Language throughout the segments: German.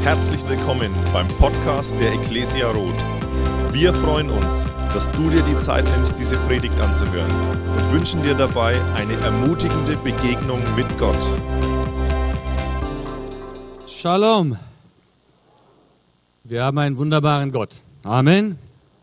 Herzlich willkommen beim Podcast der Ecclesia Roth. Wir freuen uns, dass du dir die Zeit nimmst, diese Predigt anzuhören und wünschen dir dabei eine ermutigende Begegnung mit Gott. Shalom. Wir haben einen wunderbaren Gott. Amen.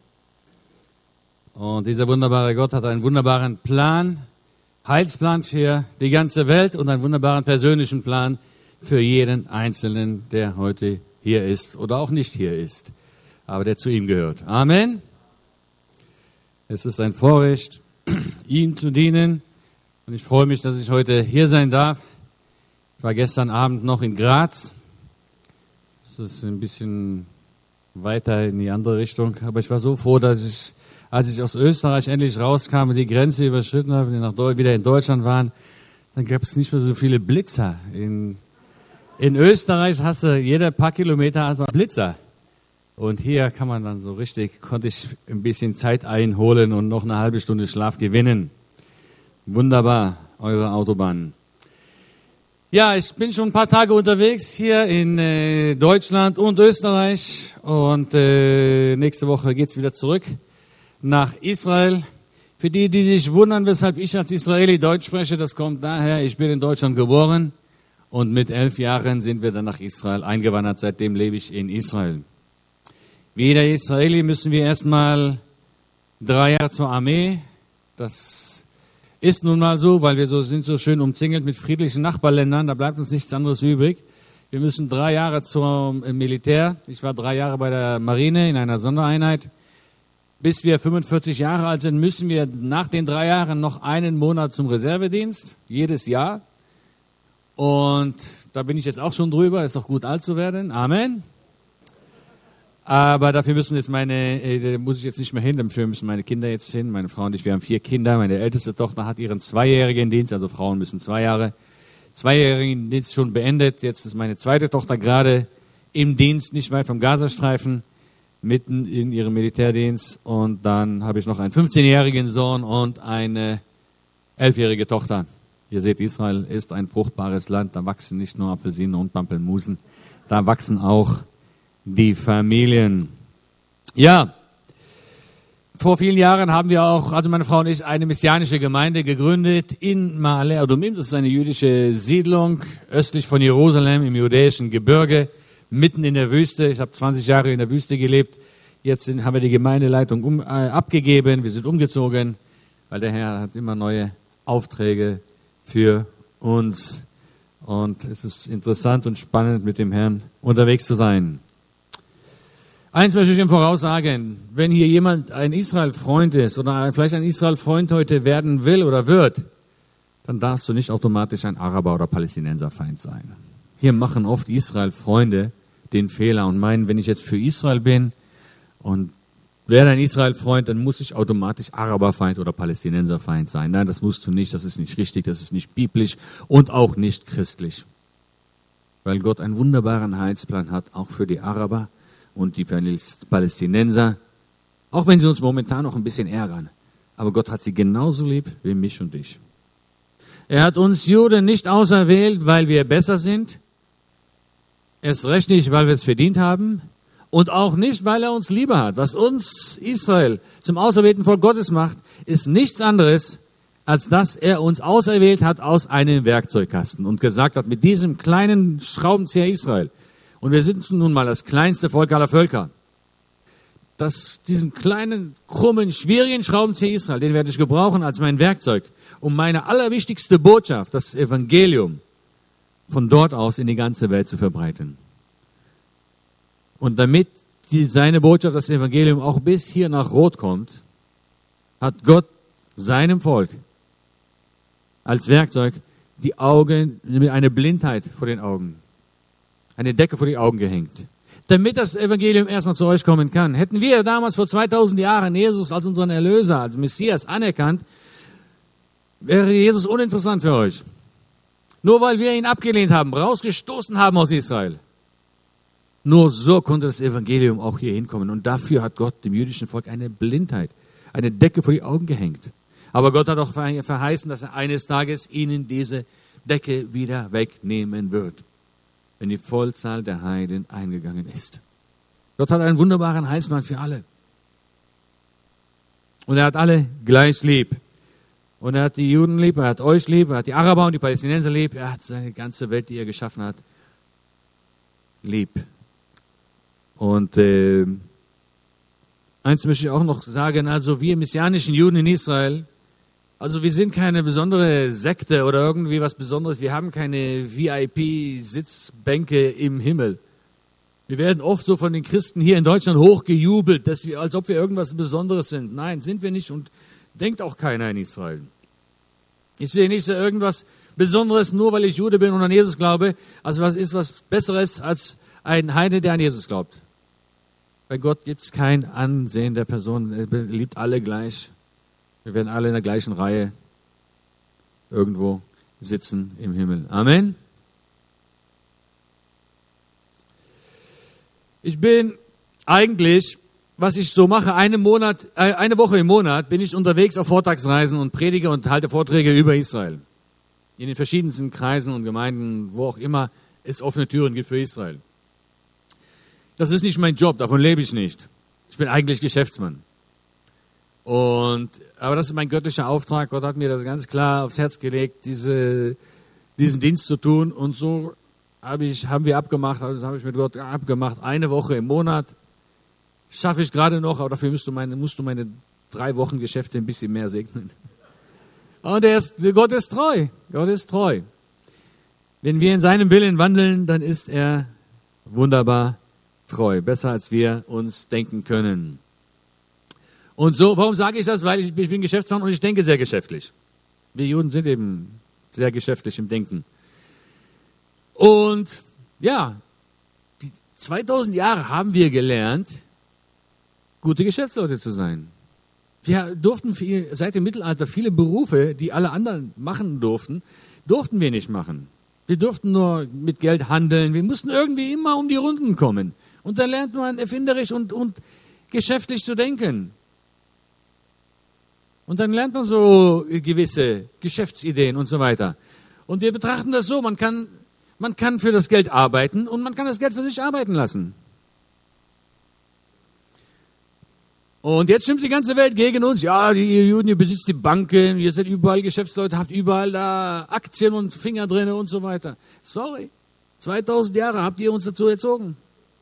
Und dieser wunderbare Gott hat einen wunderbaren Plan, Heilsplan für die ganze Welt und einen wunderbaren persönlichen Plan für jeden Einzelnen, der heute hier ist oder auch nicht hier ist, aber der zu ihm gehört. Amen. Es ist ein Vorrecht, ihm zu dienen, und ich freue mich, dass ich heute hier sein darf. Ich war gestern Abend noch in Graz. Das ist ein bisschen weiter in die andere Richtung, aber ich war so froh, dass ich, als ich aus Österreich endlich rauskam und die Grenze überschritten habe, wieder in Deutschland waren, dann gab es nicht mehr so viele Blitzer. In Österreich hast du jeder paar Kilometer also einen Blitzer. Und hier kann man dann so richtig, konnte ich ein bisschen Zeit einholen und noch eine halbe Stunde Schlaf gewinnen. Wunderbar, eure Autobahnen. Ja, ich bin schon ein paar Tage unterwegs hier in Deutschland und Österreich. Und nächste Woche geht's wieder zurück nach Israel. Für die, die sich wundern, weshalb ich als Israeli Deutsch spreche, das kommt daher, ich bin in Deutschland geboren. Und mit 11 Jahren sind wir dann nach Israel eingewandert. Seitdem lebe ich in Israel. Wie jeder Israeli müssen wir erstmal 3 Jahre zur Armee. Das ist nun mal so, weil wir sind so schön umzingelt mit friedlichen Nachbarländern. Da bleibt uns nichts anderes übrig. Wir müssen 3 Jahre zum Militär. Ich war 3 Jahre bei der Marine in einer Sondereinheit. Bis wir 45 Jahre alt sind, müssen wir nach den 3 Jahren noch einen Monat zum Reservedienst. Jedes Jahr. Und da bin ich jetzt auch schon drüber, ist doch gut alt zu werden, Amen. Aber dafür muss ich jetzt nicht mehr hin, dafür müssen meine Kinder jetzt hin, meine Frau und ich, wir haben 4 Kinder, meine älteste Tochter hat ihren 2-jährigen Dienst, also Frauen müssen 2-jährigen Dienst schon beendet, jetzt ist meine zweite Tochter gerade im Dienst, nicht weit vom Gazastreifen, mitten in ihrem Militärdienst, und dann habe ich noch einen 15-jährigen Sohn und eine 11-jährige Tochter. Ihr seht, Israel ist ein fruchtbares Land, da wachsen nicht nur Apfelsinen und Pampelmusen, da wachsen auch die Familien. Ja, vor vielen Jahren haben wir auch, also meine Frau und ich, eine messianische Gemeinde gegründet in Ma'ale Adumim. Das ist eine jüdische Siedlung östlich von Jerusalem im judäischen Gebirge, mitten in der Wüste. Ich habe 20 Jahre in der Wüste gelebt. Jetzt haben wir die Gemeindeleitung abgegeben, wir sind umgezogen, weil der Herr hat immer neue Aufträge für uns. Und es ist interessant und spannend, mit dem Herrn unterwegs zu sein. Eins möchte ich ihm voraussagen: Wenn hier jemand ein Israel-Freund ist oder vielleicht ein Israel-Freund heute werden will oder wird, dann darfst du nicht automatisch ein Araber- oder Palästinenser-Feind sein. Hier machen oft Israel-Freunde den Fehler und meinen, wenn ich jetzt für Israel bin und werde ein Israel-Freund, dann muss ich automatisch Araberfeind oder Palästinenserfeind sein. Nein, das musst du nicht, das ist nicht richtig, das ist nicht biblisch und auch nicht christlich. Weil Gott einen wunderbaren Heilsplan hat, auch für die Araber und die Palästinenser, auch wenn sie uns momentan noch ein bisschen ärgern. Aber Gott hat sie genauso lieb wie mich und dich. Er hat uns Juden nicht auserwählt, weil wir besser sind, erst recht nicht, weil wir es verdient haben, und auch nicht, weil er uns lieber hat. Was uns Israel zum auserwählten Volk Gottes macht, ist nichts anderes, als dass er uns auserwählt hat aus einem Werkzeugkasten und gesagt hat, mit diesem kleinen Schraubenzieher Israel, und wir sind nun mal das kleinste Volk aller Völker, diesen kleinen, krummen, schwierigen Schraubenzieher Israel, den werde ich gebrauchen als mein Werkzeug, um meine allerwichtigste Botschaft, das Evangelium, von dort aus in die ganze Welt zu verbreiten. Und damit seine Botschaft, das Evangelium, auch bis hier nach Roth kommt, hat Gott seinem Volk als Werkzeug die Augen, eine Blindheit vor den Augen, eine Decke vor die Augen gehängt. Damit das Evangelium erstmal zu euch kommen kann. Hätten wir damals vor 2000 Jahren Jesus als unseren Erlöser, als Messias anerkannt, wäre Jesus uninteressant für euch. Nur weil wir ihn abgelehnt haben, rausgestoßen haben aus Israel. Nur so konnte das Evangelium auch hier hinkommen. Und dafür hat Gott dem jüdischen Volk eine Blindheit, eine Decke vor die Augen gehängt. Aber Gott hat auch verheißen, dass er eines Tages ihnen diese Decke wieder wegnehmen wird. wenn die Vollzahl der Heiden eingegangen ist. Gott hat einen wunderbaren Heilsplan für alle. Und er hat alle gleich lieb. Und er hat die Juden lieb, er hat euch lieb, er hat die Araber und die Palästinenser lieb. Er hat seine ganze Welt, die er geschaffen hat, lieb. Und eins möchte ich auch noch sagen, also wir messianischen Juden in Israel, also wir sind keine besondere Sekte oder irgendwie was Besonderes. Wir haben keine VIP-Sitzbänke im Himmel. Wir werden oft so von den Christen hier in Deutschland hochgejubelt, dass wir, als ob wir irgendwas Besonderes sind. Nein, sind wir nicht und denkt auch keiner in Israel. Ich sehe nicht so irgendwas Besonderes, nur weil ich Jude bin und an Jesus glaube. Also was ist was Besseres als ein Heide, der an Jesus glaubt? Bei Gott gibt es kein Ansehen der Person. Er liebt alle gleich. Wir werden alle in der gleichen Reihe irgendwo sitzen im Himmel. Amen. Ich bin eigentlich, was ich so mache, eine Woche im Monat bin ich unterwegs auf Vortragsreisen und predige und halte Vorträge über Israel. In den verschiedensten Kreisen und Gemeinden, wo auch immer es offene Türen gibt für Israel. Das ist nicht mein Job, davon lebe ich nicht. Ich bin eigentlich Geschäftsmann. Aber das ist mein göttlicher Auftrag. Gott hat mir das ganz klar aufs Herz gelegt, diesen Dienst zu tun. Und so haben wir abgemacht, also das habe ich mit Gott abgemacht, eine Woche im Monat. Schaffe ich gerade noch, aber dafür musst du meine 3 Wochen Geschäfte ein bisschen mehr segnen. Und Gott ist treu. Gott ist treu. Wenn wir in seinem Willen wandeln, dann ist er wunderbar treu. Besser als wir uns denken können. Und so, warum sage ich das? Weil ich bin Geschäftsmann und ich denke sehr geschäftlich. Wir Juden sind eben sehr geschäftlich im Denken. Und ja, 2000 Jahre haben wir gelernt, gute Geschäftsleute zu sein. Wir durften seit dem Mittelalter viele Berufe, die alle anderen machen durften wir nicht machen. Wir durften nur mit Geld handeln. Wir mussten irgendwie immer um die Runden kommen. Und dann lernt man erfinderisch und geschäftlich zu denken. Und dann lernt man so gewisse Geschäftsideen und so weiter. Und wir betrachten das so, man kann für das Geld arbeiten und man kann das Geld für sich arbeiten lassen. Und jetzt schimpft die ganze Welt gegen uns. Ja, ihr Juden, ihr besitzt die Banken, ihr seid überall Geschäftsleute, habt überall da Aktien und Finger drin und so weiter. Sorry, 2000 Jahre habt ihr uns dazu erzogen.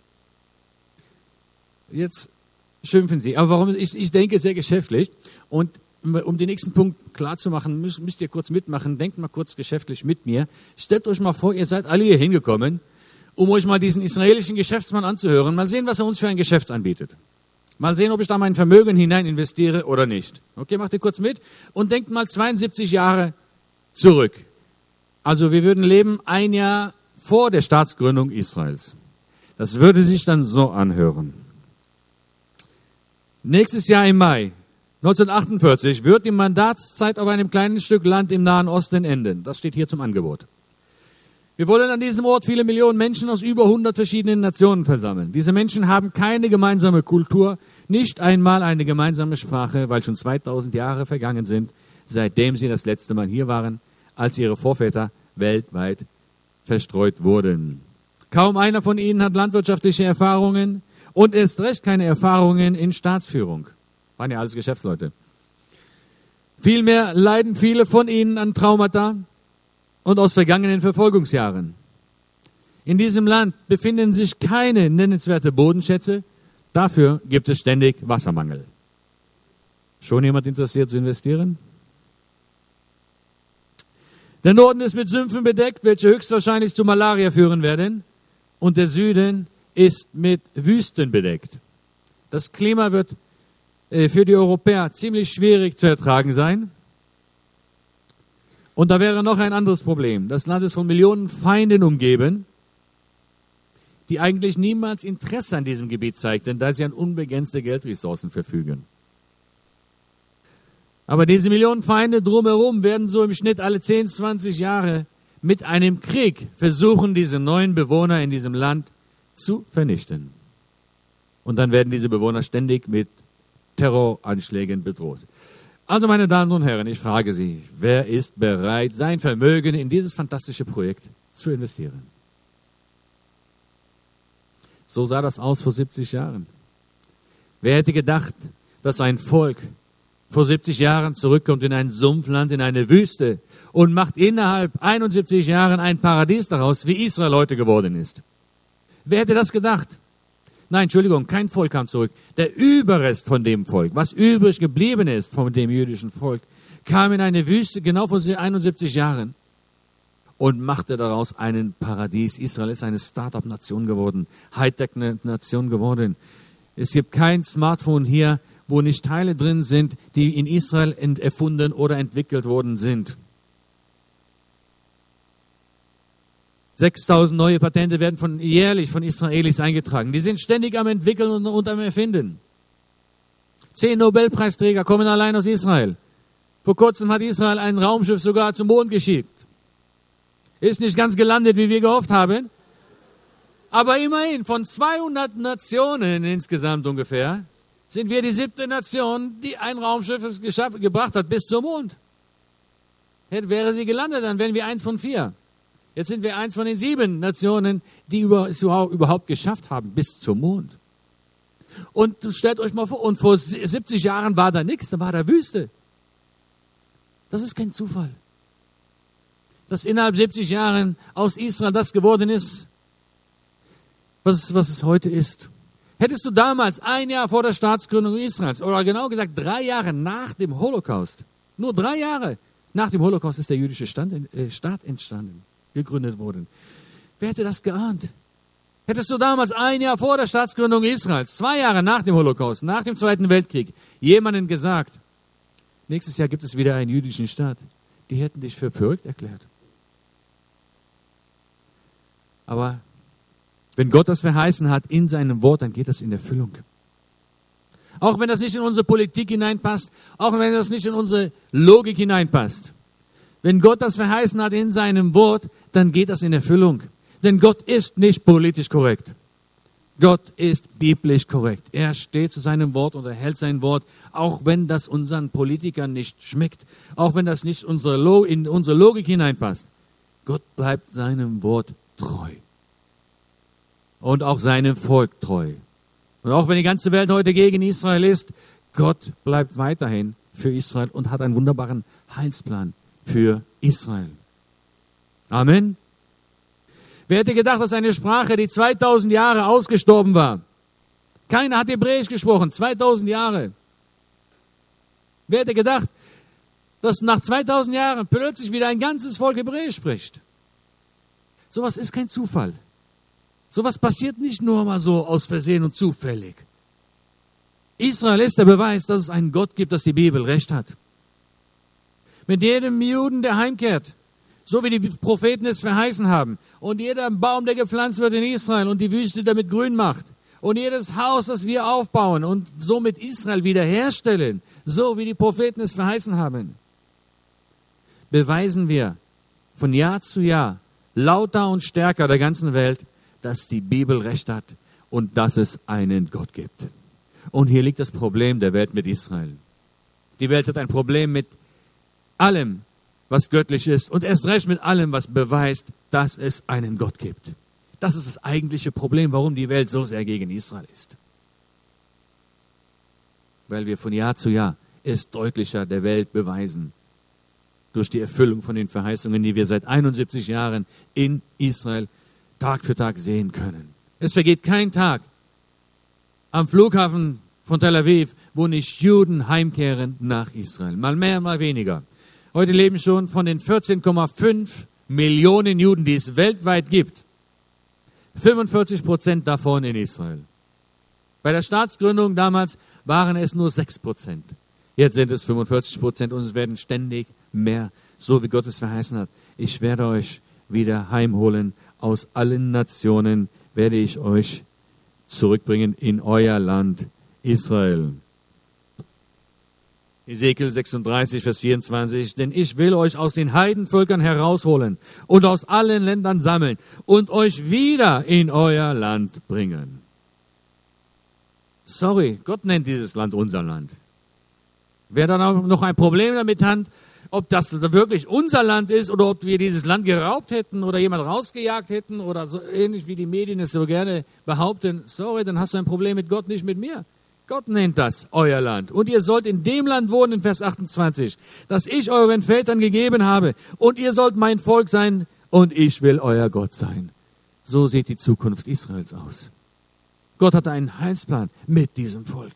Jetzt schimpfen sie. Aber warum? Ich denke sehr geschäftlich. Und um den nächsten Punkt klar zu machen, müsst ihr kurz mitmachen. Denkt mal kurz geschäftlich mit mir. Stellt euch mal vor, ihr seid alle hier hingekommen, um euch mal diesen israelischen Geschäftsmann anzuhören. Mal sehen, was er uns für ein Geschäft anbietet. Mal sehen, ob ich da mein Vermögen hinein investiere oder nicht. Okay, macht ihr kurz mit und denkt mal 72 Jahre zurück. Also wir würden leben 1 Jahr vor der Staatsgründung Israels. Das würde sich dann so anhören. Nächstes Jahr im Mai 1948 wird die Mandatszeit auf einem kleinen Stück Land im Nahen Osten enden. Das steht hier zum Angebot. Wir wollen an diesem Ort viele Millionen Menschen aus über 100 verschiedenen Nationen versammeln. Diese Menschen haben keine gemeinsame Kultur, nicht einmal eine gemeinsame Sprache, weil schon 2000 Jahre vergangen sind, seitdem sie das letzte Mal hier waren, als ihre Vorväter weltweit verstreut wurden. Kaum einer von ihnen hat landwirtschaftliche Erfahrungen und erst recht keine Erfahrungen in Staatsführung. Waren ja alles Geschäftsleute. Vielmehr leiden viele von ihnen an Traumata und aus vergangenen Verfolgungsjahren. In diesem Land befinden sich keine nennenswerte Bodenschätze, dafür gibt es ständig Wassermangel. Schon jemand interessiert zu investieren? Der Norden ist mit Sümpfen bedeckt, welche höchstwahrscheinlich zu Malaria führen werden, und der Süden ist mit Wüsten bedeckt. Das Klima wird für die Europäer ziemlich schwierig zu ertragen sein. Und da wäre noch ein anderes Problem. Das Land ist von Millionen Feinden umgeben, die eigentlich niemals Interesse an diesem Gebiet zeigten, da sie an unbegrenzte Geldressourcen verfügen. Aber diese Millionen Feinde drumherum werden so im Schnitt alle 10, 20 Jahre mit einem Krieg versuchen, diese neuen Bewohner in diesem Land zu vernichten. Und dann werden diese Bewohner ständig mit Terroranschlägen bedroht. Also, meine Damen und Herren, ich frage Sie, wer ist bereit, sein Vermögen in dieses fantastische Projekt zu investieren? So sah das aus vor 70 Jahren. Wer hätte gedacht, dass ein Volk vor 70 Jahren zurückkommt in ein Sumpfland, in eine Wüste und macht innerhalb 71 Jahren ein Paradies daraus, wie Israel heute geworden ist? Wer hätte das gedacht? Nein, Entschuldigung, kein Volk kam zurück. Der Überrest von dem Volk, was übrig geblieben ist von dem jüdischen Volk, kam in eine Wüste genau vor 71 Jahren und machte daraus einen Paradies. Israel ist eine Start-up-Nation geworden, Hightech-Nation geworden. Es gibt kein Smartphone hier, wo nicht Teile drin sind, die in Israel erfunden oder entwickelt worden sind. 6.000 neue Patente werden jährlich von Israelis eingetragen. Die sind ständig am Entwickeln und am Erfinden. 10 Nobelpreisträger kommen allein aus Israel. Vor kurzem hat Israel ein Raumschiff sogar zum Mond geschickt. Ist nicht ganz gelandet, wie wir gehofft haben. Aber immerhin, von 200 Nationen insgesamt ungefähr, sind wir die 7. Nation, die ein Raumschiff gebracht hat bis zum Mond. Wäre sie gelandet, dann wären wir 1 von 4. Jetzt sind wir 1 von den 7 Nationen, die es überhaupt geschafft haben bis zum Mond. Und stellt euch mal vor, und vor 70 Jahren war da nichts, da war da Wüste. Das ist kein Zufall. Dass innerhalb 70 Jahren aus Israel das geworden ist, was es heute ist. Hättest du damals ein Jahr vor der Staatsgründung Israels, oder genau gesagt 3 Jahre nach dem Holocaust, nur 3 Jahre nach dem Holocaust ist der jüdische Staat entstanden, gegründet worden. Wer hätte das geahnt? Hättest du damals ein Jahr vor der Staatsgründung Israels, 2 Jahre nach dem Holocaust, nach dem Zweiten Weltkrieg, jemandem gesagt, nächstes Jahr gibt es wieder einen jüdischen Staat, die hätten dich für verrückt erklärt. Aber wenn Gott das verheißen hat in seinem Wort, dann geht das in Erfüllung. Auch wenn das nicht in unsere Politik hineinpasst, auch wenn das nicht in unsere Logik hineinpasst. Wenn Gott das verheißen hat in seinem Wort, dann geht das in Erfüllung. Denn Gott ist nicht politisch korrekt. Gott ist biblisch korrekt. Er steht zu seinem Wort und er hält sein Wort, auch wenn das unseren Politikern nicht schmeckt, auch wenn das nicht in unsere Logik hineinpasst. Gott bleibt seinem Wort treu. Und auch seinem Volk treu. Und auch wenn die ganze Welt heute gegen Israel ist, Gott bleibt weiterhin für Israel und hat einen wunderbaren Heilsplan für Israel. Amen. Wer hätte gedacht, dass eine Sprache, die 2000 Jahre ausgestorben war, keiner hat Hebräisch gesprochen, 2000 Jahre. Wer hätte gedacht, dass nach 2000 Jahren plötzlich wieder ein ganzes Volk Hebräisch spricht? Sowas ist kein Zufall. Sowas passiert nicht nur mal so aus Versehen und zufällig. Israel ist der Beweis, dass es einen Gott gibt, dass die Bibel recht hat. Mit jedem Juden, der heimkehrt, so wie die Propheten es verheißen haben, und jeder Baum, der gepflanzt wird in Israel und die Wüste damit grün macht, und jedes Haus, das wir aufbauen und somit Israel wiederherstellen, so wie die Propheten es verheißen haben, beweisen wir von Jahr zu Jahr lauter und stärker der ganzen Welt, dass die Bibel recht hat und dass es einen Gott gibt. Und hier liegt das Problem der Welt mit Israel. Die Welt hat ein Problem mit allem, was göttlich ist und erst recht mit allem, was beweist, dass es einen Gott gibt. Das ist das eigentliche Problem, warum die Welt so sehr gegen Israel ist. Weil wir von Jahr zu Jahr es deutlicher der Welt beweisen, durch die Erfüllung von den Verheißungen, die wir seit 71 Jahren in Israel Tag für Tag sehen können. Es vergeht kein Tag am Flughafen von Tel Aviv, wo nicht Juden heimkehren nach Israel. Mal mehr, mal weniger. Heute leben schon von den 14,5 Millionen Juden, die es weltweit gibt, 45% davon in Israel. Bei der Staatsgründung damals waren es nur 6%. Jetzt sind es 45% und es werden ständig mehr, so wie Gott es verheißen hat. Ich werde euch wieder heimholen. Aus allen Nationen werde ich euch zurückbringen in euer Land Israel. Ezekiel 36, Vers 24. Denn ich will euch aus den Heidenvölkern herausholen und aus allen Ländern sammeln und euch wieder in euer Land bringen. Sorry, Gott nennt dieses Land unser Land. Wer dann auch noch ein Problem damit hat ob das wirklich unser Land ist oder ob wir dieses Land geraubt hätten oder jemand rausgejagt hätten oder so ähnlich wie die Medien es so gerne behaupten. Sorry, dann hast du ein Problem mit Gott, nicht mit mir. Gott nennt das euer Land. Und ihr sollt in dem Land wohnen, in Vers 28, das ich euren Vätern gegeben habe. Und ihr sollt mein Volk sein und ich will euer Gott sein. So sieht die Zukunft Israels aus. Gott hatte einen Heilsplan mit diesem Volk.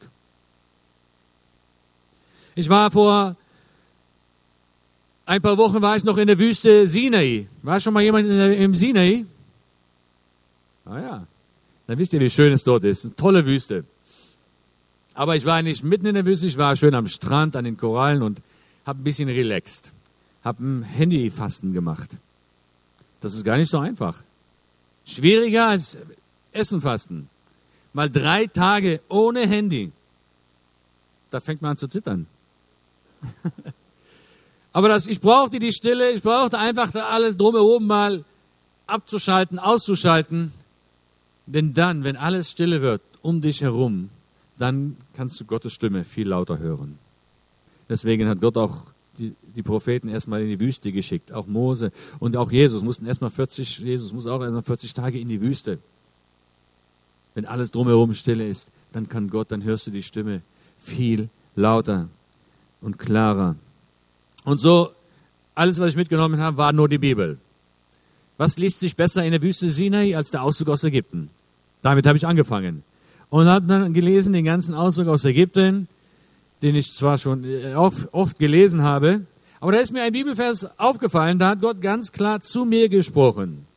Ich war vor ein paar Wochen noch in der Wüste Sinai. War schon mal jemand im Sinai? Ah ja, dann wisst ihr, wie schön es dort ist. Eine tolle Wüste. Aber ich war nicht mitten in der Wüste, ich war schön am Strand, an den Korallen und habe ein bisschen relaxed. Habe ein Handyfasten gemacht. Das ist gar nicht so einfach. Schwieriger als Essenfasten. Mal 3 Tage ohne Handy. Da fängt man an zu zittern. Aber ich brauchte die Stille, ich brauchte einfach alles drumherum mal abzuschalten, auszuschalten. Denn dann, wenn alles stille wird um dich herum, dann kannst du Gottes Stimme viel lauter hören. Deswegen hat Gott auch die Propheten erstmal in die Wüste geschickt, auch Mose und auch Jesus muss auch erstmal 40 Tage in die Wüste. Wenn alles drumherum stille ist, dann hörst du die Stimme viel lauter und klarer. Und so, alles, was ich mitgenommen habe, war nur die Bibel. Was liest sich besser in der Wüste Sinai als der Auszug aus Ägypten? Damit habe ich angefangen. Und habe dann gelesen, den ganzen Auszug aus Ägypten, den ich zwar schon oft gelesen habe, aber da ist mir ein Bibelvers aufgefallen, da hat Gott ganz klar zu mir gesprochen.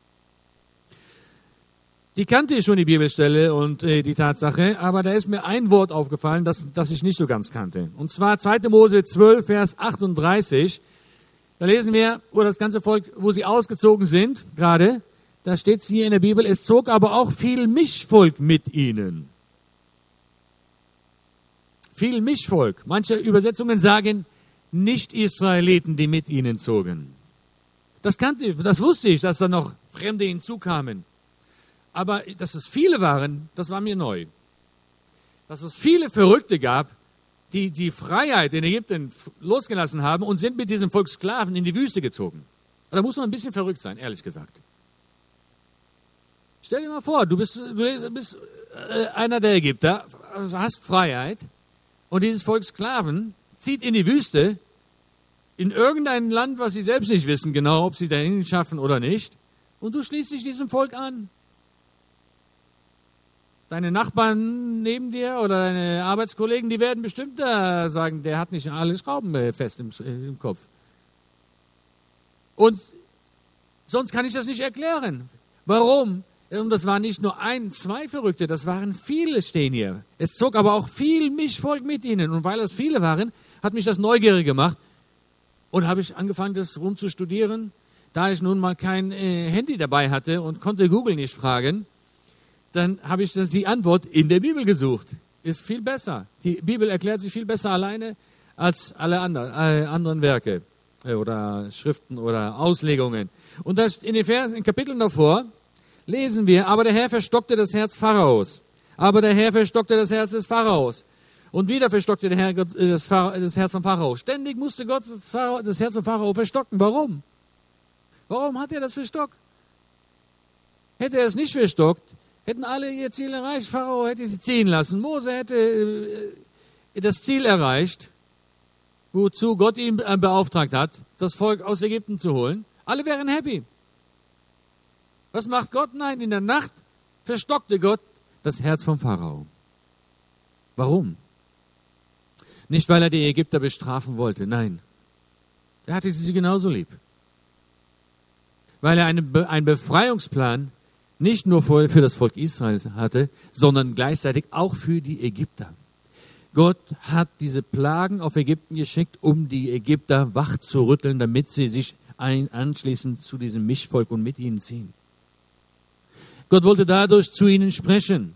Die kannte ich schon, die Bibelstelle und die Tatsache, aber da ist mir ein Wort aufgefallen, das ich nicht so ganz kannte. Und zwar 2. Mose 12, Vers 38. Da lesen wir, wo das ganze Volk, wo sie ausgezogen sind, gerade, da steht es hier in der Bibel, es zog aber auch viel Mischvolk mit ihnen. Viel Mischvolk. Manche Übersetzungen sagen, Nicht-Israeliten, die mit ihnen zogen. Das wusste ich, dass da noch Fremde hinzukamen. Aber dass es viele waren, das war mir neu. Dass es viele Verrückte gab, die die Freiheit in Ägypten losgelassen haben und sind mit diesem Volk Sklaven in die Wüste gezogen. Da muss man ein bisschen verrückt sein, ehrlich gesagt. Stell dir mal vor, du bist einer der Ägypter, hast Freiheit und dieses Volk Sklaven zieht in die Wüste, in irgendein Land, was sie selbst nicht wissen genau, ob sie dahin schaffen oder nicht, und du schließt dich diesem Volk an. Deine Nachbarn neben dir oder deine Arbeitskollegen, die werden bestimmt sagen, der hat nicht alle Schrauben fest im Kopf. Und sonst kann ich das nicht erklären. Warum? Und das waren nicht nur 1, 2 Verrückte, das waren viele, stehen hier. Es zog aber auch viel Mischvolk mit ihnen. Und weil es viele waren, hat mich das neugierig gemacht. Und habe ich angefangen, das rumzustudieren. Da ich nun mal kein Handy dabei hatte und konnte Google nicht fragen, dann habe ich die Antwort in der Bibel gesucht. Ist viel besser. Die Bibel erklärt sich viel besser alleine als alle anderen Werke oder Schriften oder Auslegungen. Und das in den Versen, in Kapiteln davor, lesen wir, aber der Herr verstockte das Herz Pharaos. Aber der Herr verstockte das Herz des Pharaos. Und wieder verstockte der Herr das Herz von Pharao. Ständig musste Gott das Herz von Pharao verstocken. Warum? Warum hat er das verstockt? Hätte er es nicht verstockt, hätten alle ihr Ziel erreicht. Pharao hätte sie ziehen lassen. Mose hätte das Ziel erreicht, wozu Gott ihn beauftragt hat, das Volk aus Ägypten zu holen. Alle wären happy. Was macht Gott? Nein, in der Nacht verstockte Gott das Herz vom Pharao. Warum? Nicht, weil er die Ägypter bestrafen wollte, nein. Er hatte sie genauso lieb. Weil er einen Befreiungsplan nicht nur für das Volk Israels hatte, sondern gleichzeitig auch für die Ägypter. Gott hat diese Plagen auf Ägypten geschickt, um die Ägypter wach zu rütteln, damit sie sich anschließen zu diesem Mischvolk und mit ihnen ziehen. Gott wollte dadurch zu ihnen sprechen.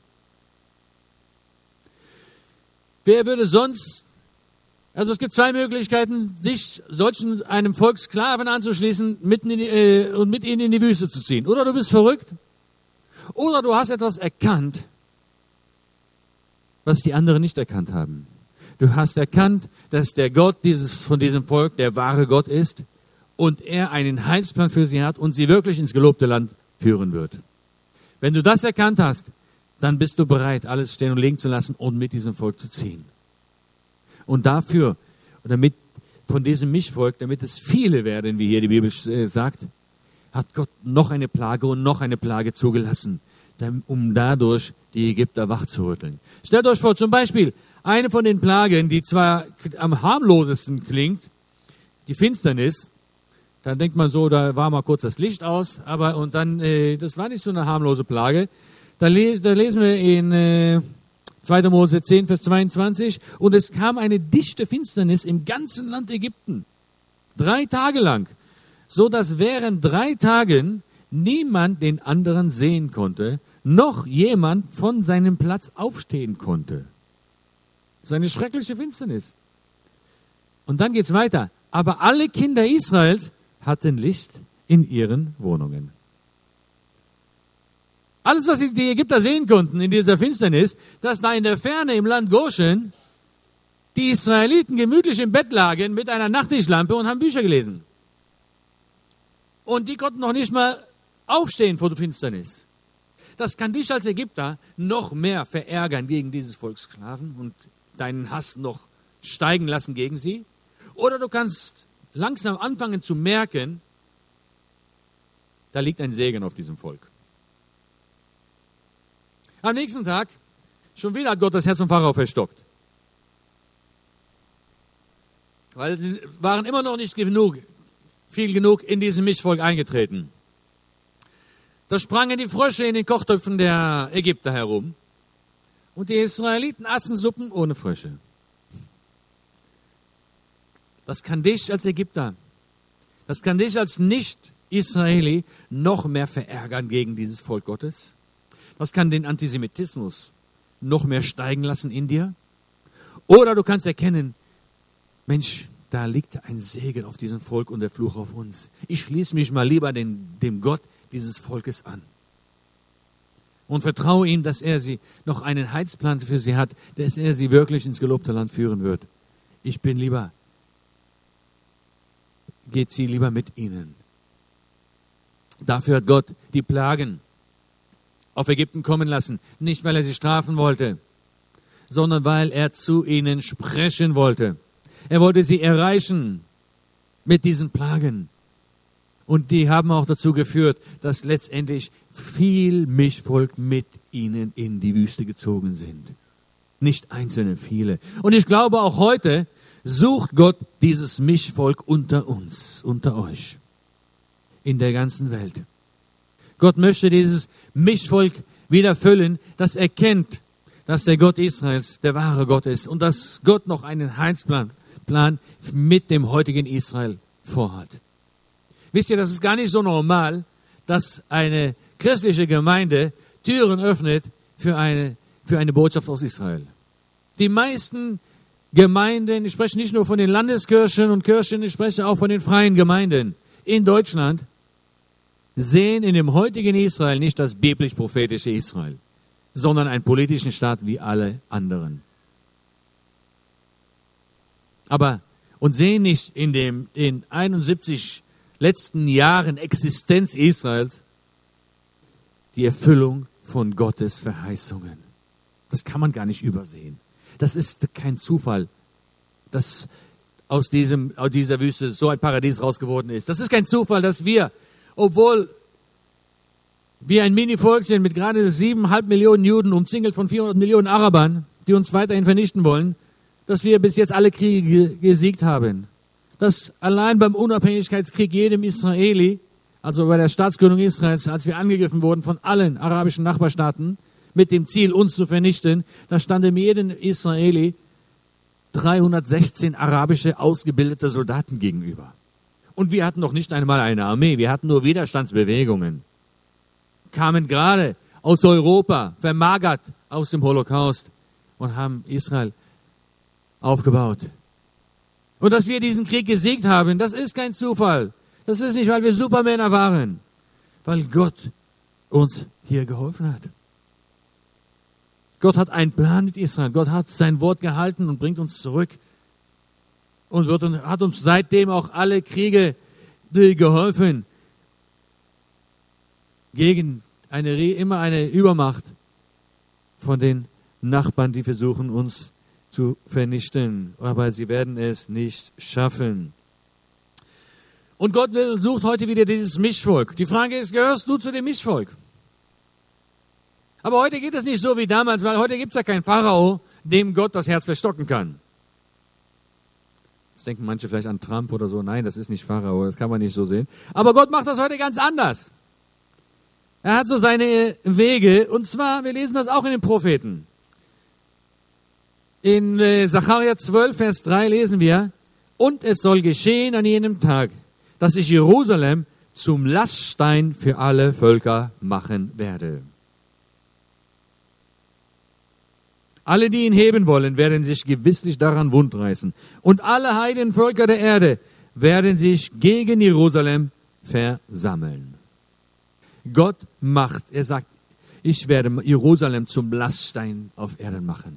Wer würde sonst, also es gibt 2 Möglichkeiten, sich einem Volk Sklaven anzuschließen und mit ihnen in die Wüste zu ziehen. Oder du bist verrückt, oder du hast etwas erkannt, was die anderen nicht erkannt haben. Du hast erkannt, dass der Gott von diesem Volk der wahre Gott ist und er einen Heilsplan für sie hat und sie wirklich ins gelobte Land führen wird. Wenn du das erkannt hast, dann bist du bereit, alles stehen und liegen zu lassen und mit diesem Volk zu ziehen. Und dafür, damit von diesem Mischvolk, damit es viele werden, wie hier die Bibel sagt, hat Gott noch eine Plage und noch eine Plage zugelassen, um dadurch die Ägypter wachzurütteln. Stellt euch vor, zum Beispiel, eine von den Plagen, die zwar am harmlosesten klingt, die Finsternis, da denkt man so, da war mal kurz das Licht aus, das war nicht so eine harmlose Plage. Da lesen wir in 2. Mose 10, Vers 22, und es kam eine dichte Finsternis im ganzen Land Ägypten, 3 Tage lang, so dass während 3 Tagen niemand den anderen sehen konnte, noch jemand von seinem Platz aufstehen konnte. Das ist eine schreckliche Finsternis. Und dann geht's weiter. Aber alle Kinder Israels hatten Licht in ihren Wohnungen. Alles, was die Ägypter sehen konnten in dieser Finsternis, dass da in der Ferne im Land Goshen die Israeliten gemütlich im Bett lagen mit einer Nachttischlampe und haben Bücher gelesen. Und die konnten noch nicht mal aufstehen vor der Finsternis. Das kann dich als Ägypter noch mehr verärgern gegen dieses Volk Sklaven und deinen Hass noch steigen lassen gegen sie. Oder du kannst langsam anfangen zu merken, da liegt ein Segen auf diesem Volk. Am nächsten Tag, schon wieder hat Gott das Herz vom Pharao verstockt. Weil sie waren immer noch nicht viel genug in diesem Mischvolk eingetreten. Da sprangen die Frösche in den Kochtöpfen der Ägypter herum. Und die Israeliten aßen Suppen ohne Frösche. Das kann dich als Ägypter, das kann dich als Nicht-Israeli noch mehr verärgern gegen dieses Volk Gottes. Das kann den Antisemitismus noch mehr steigen lassen in dir. Oder du kannst erkennen, Mensch, da liegt ein Segen auf diesem Volk und der Fluch auf uns. Ich schließe mich mal lieber dem Gott dieses Volkes an. Und vertraue ihm, dass er sie noch einen Heilsplan für sie hat, dass er sie wirklich ins gelobte Land führen wird. Geht sie lieber mit ihnen. Dafür hat Gott die Plagen auf Ägypten kommen lassen. Nicht, weil er sie strafen wollte, sondern weil er zu ihnen sprechen wollte. Er wollte sie erreichen mit diesen Plagen. Und die haben auch dazu geführt, dass letztendlich viel Mischvolk mit ihnen in die Wüste gezogen sind. Nicht einzelne, viele. Und ich glaube, auch heute sucht Gott dieses Mischvolk unter uns, unter euch, in der ganzen Welt. Gott möchte dieses Mischvolk wieder füllen, das erkennt, dass der Gott Israels der wahre Gott ist und dass Gott noch einen Heilsplan mit dem heutigen Israel vorhat. Wisst ihr, das ist gar nicht so normal, dass eine christliche Gemeinde Türen öffnet für eine Botschaft aus Israel. Die meisten Gemeinden, ich spreche nicht nur von den Landeskirchen und Kirchen, ich spreche auch von den freien Gemeinden in Deutschland, sehen in dem heutigen Israel nicht das biblisch-prophetische Israel, sondern einen politischen Staat wie alle anderen. Und sehen nicht in den 71 letzten Jahren Existenz Israels die Erfüllung von Gottes Verheißungen. Das kann man gar nicht übersehen. Das ist kein Zufall, dass aus dieser Wüste so ein Paradies raus geworden ist. Das ist kein Zufall, dass wir, obwohl wir ein Mini-Volk sind mit gerade 7,5 Millionen Juden, umzingelt von 400 Millionen Arabern, die uns weiterhin vernichten wollen, dass wir bis jetzt alle Kriege gesiegt haben. Dass allein beim Unabhängigkeitskrieg jedem Israeli, also bei der Staatsgründung Israels, als wir angegriffen wurden von allen arabischen Nachbarstaaten, mit dem Ziel, uns zu vernichten, da standen jedem Israeli 316 arabische ausgebildete Soldaten gegenüber. Und wir hatten noch nicht einmal eine Armee, wir hatten nur Widerstandsbewegungen. Kamen gerade aus Europa, vermagert aus dem Holocaust und haben Israel aufgebaut. Und dass wir diesen Krieg gesiegt haben, das ist kein Zufall. Das ist nicht, weil wir Supermänner waren, weil Gott uns hier geholfen hat. Gott hat einen Plan mit Israel. Gott hat sein Wort gehalten und bringt uns zurück. Und hat uns seitdem auch alle Kriege geholfen. Gegen immer eine Übermacht von den Nachbarn, die versuchen, uns zu vernichten. Aber sie werden es nicht schaffen. Und Gott sucht heute wieder dieses Mischvolk. Die Frage ist, gehörst du zu dem Mischvolk? Aber heute geht es nicht so wie damals, weil heute gibt es ja keinen Pharao, dem Gott das Herz verstocken kann. Jetzt denken manche vielleicht an Trump oder so. Nein, das ist nicht Pharao, das kann man nicht so sehen. Aber Gott macht das heute ganz anders. Er hat so seine Wege, und zwar, wir lesen das auch in den Propheten. In Sacharja 12, Vers 3 lesen wir, und es soll geschehen an jenem Tag, dass ich Jerusalem zum Laststein für alle Völker machen werde. Alle, die ihn heben wollen, werden sich gewisslich daran wundreißen. Und alle Heidenvölker der Erde werden sich gegen Jerusalem versammeln. Gott macht, er sagt, ich werde Jerusalem zum Laststein auf Erden machen.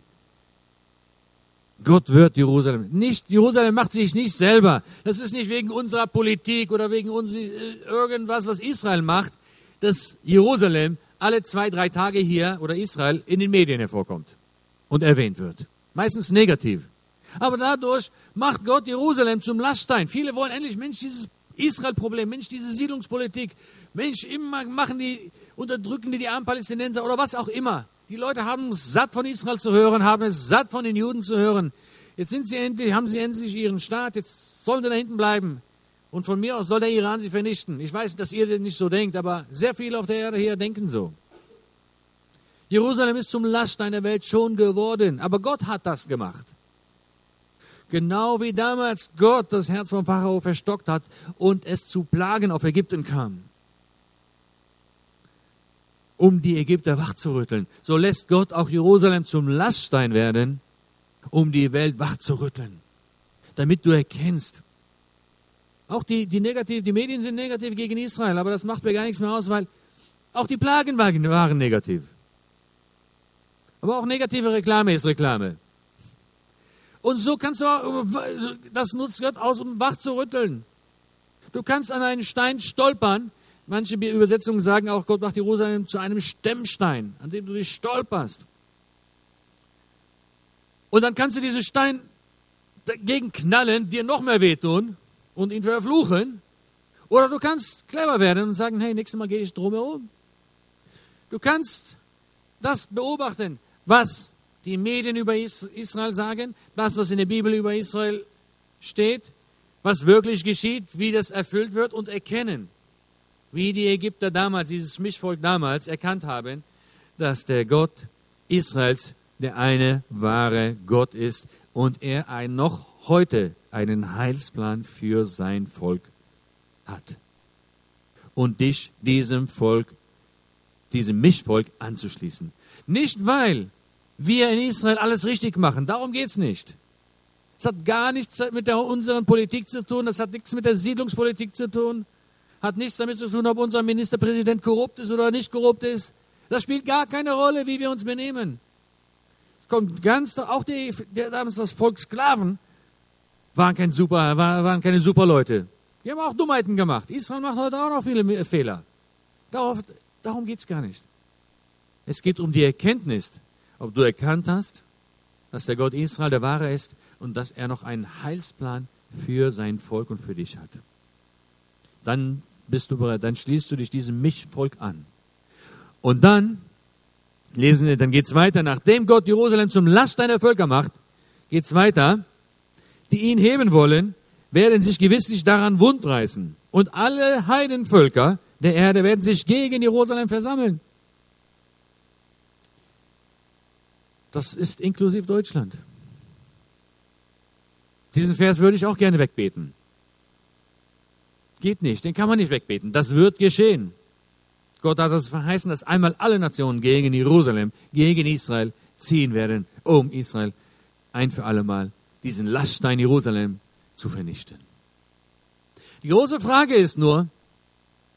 Gott wird Jerusalem macht sich nicht selber. Das ist nicht wegen unserer Politik oder wegen irgendwas, was Israel macht, dass Jerusalem alle 2-3 Tage hier oder Israel in den Medien hervorkommt und erwähnt wird. Meistens negativ. Aber dadurch macht Gott Jerusalem zum Laststein. Viele wollen endlich, Mensch, dieses Israel-Problem, Mensch, diese Siedlungspolitik, Mensch, immer unterdrücken die armen Palästinenser oder was auch immer. Die Leute haben es satt von Israel zu hören, haben es satt von den Juden zu hören. Jetzt haben sie endlich ihren Staat, jetzt sollen sie da hinten bleiben. Und von mir aus soll der Iran sie vernichten. Ich weiß, dass ihr nicht so denkt, aber sehr viele auf der Erde hier denken so. Jerusalem ist zum Laststein der Welt schon geworden, aber Gott hat das gemacht. Genau wie damals Gott das Herz vom Pharao verstockt hat und es zu Plagen auf Ägypten kam, um die Ägypter wachzurütteln. So lässt Gott auch Jerusalem zum Laststein werden, um die Welt wachzurütteln. Damit du erkennst, auch die Medien sind negativ gegen Israel, aber das macht mir gar nichts mehr aus, weil auch die Plagen waren negativ. Aber auch negative Reklame ist Reklame. Und so kannst du, das nutzt Gott aus, um wach zu rütteln. Du kannst an einen Stein stolpern. Manche Übersetzungen sagen auch, Gott macht Jerusalem zu einem Stemmstein, an dem du dich stolperst. Und dann kannst du diesen Stein dagegen knallen, dir noch mehr wehtun und ihn verfluchen. Oder du kannst clever werden und sagen, hey, nächstes Mal gehe ich drumherum. Du kannst das beobachten, was die Medien über Israel sagen, das, was in der Bibel über Israel steht, was wirklich geschieht, wie das erfüllt wird und erkennen, wie die Ägypter damals, dieses Mischvolk damals erkannt haben, dass der Gott Israels der eine wahre Gott ist und er noch heute einen Heilsplan für sein Volk hat. Und dich diesem Mischvolk anzuschließen. Nicht, weil wir in Israel alles richtig machen, darum geht es nicht. Es hat gar nichts mit unserer Politik zu tun, das hat nichts mit der Siedlungspolitik zu tun, hat nichts damit zu tun, ob unser Ministerpräsident korrupt ist oder nicht korrupt ist. Das spielt gar keine Rolle, wie wir uns benehmen. Es kommt auch damals das Volk Sklaven waren keine super Leute. Die haben auch Dummheiten gemacht. Israel macht heute auch noch viele Fehler. Darum geht es gar nicht. Es geht um die Erkenntnis, ob du erkannt hast, dass der Gott Israel der wahre ist und dass er noch einen Heilsplan für sein Volk und für dich hat. Dann bist du bereit, dann schließt du dich diesem Mischvolk an. Und dann geht es weiter, nachdem Gott Jerusalem zum Laststein der Völker macht, geht es weiter, die ihn heben wollen, werden sich gewisslich daran wundreißen. Und alle Heidenvölker der Erde werden sich gegen Jerusalem versammeln. Das ist inklusive Deutschland. Diesen Vers würde ich auch gerne wegbeten. Geht nicht, den kann man nicht wegbeten. Das wird geschehen. Gott hat das verheißen, dass einmal alle Nationen gegen Jerusalem, gegen Israel ziehen werden, um Israel ein für alle Mal diesen Laststein Jerusalem zu vernichten. Die große Frage ist nur,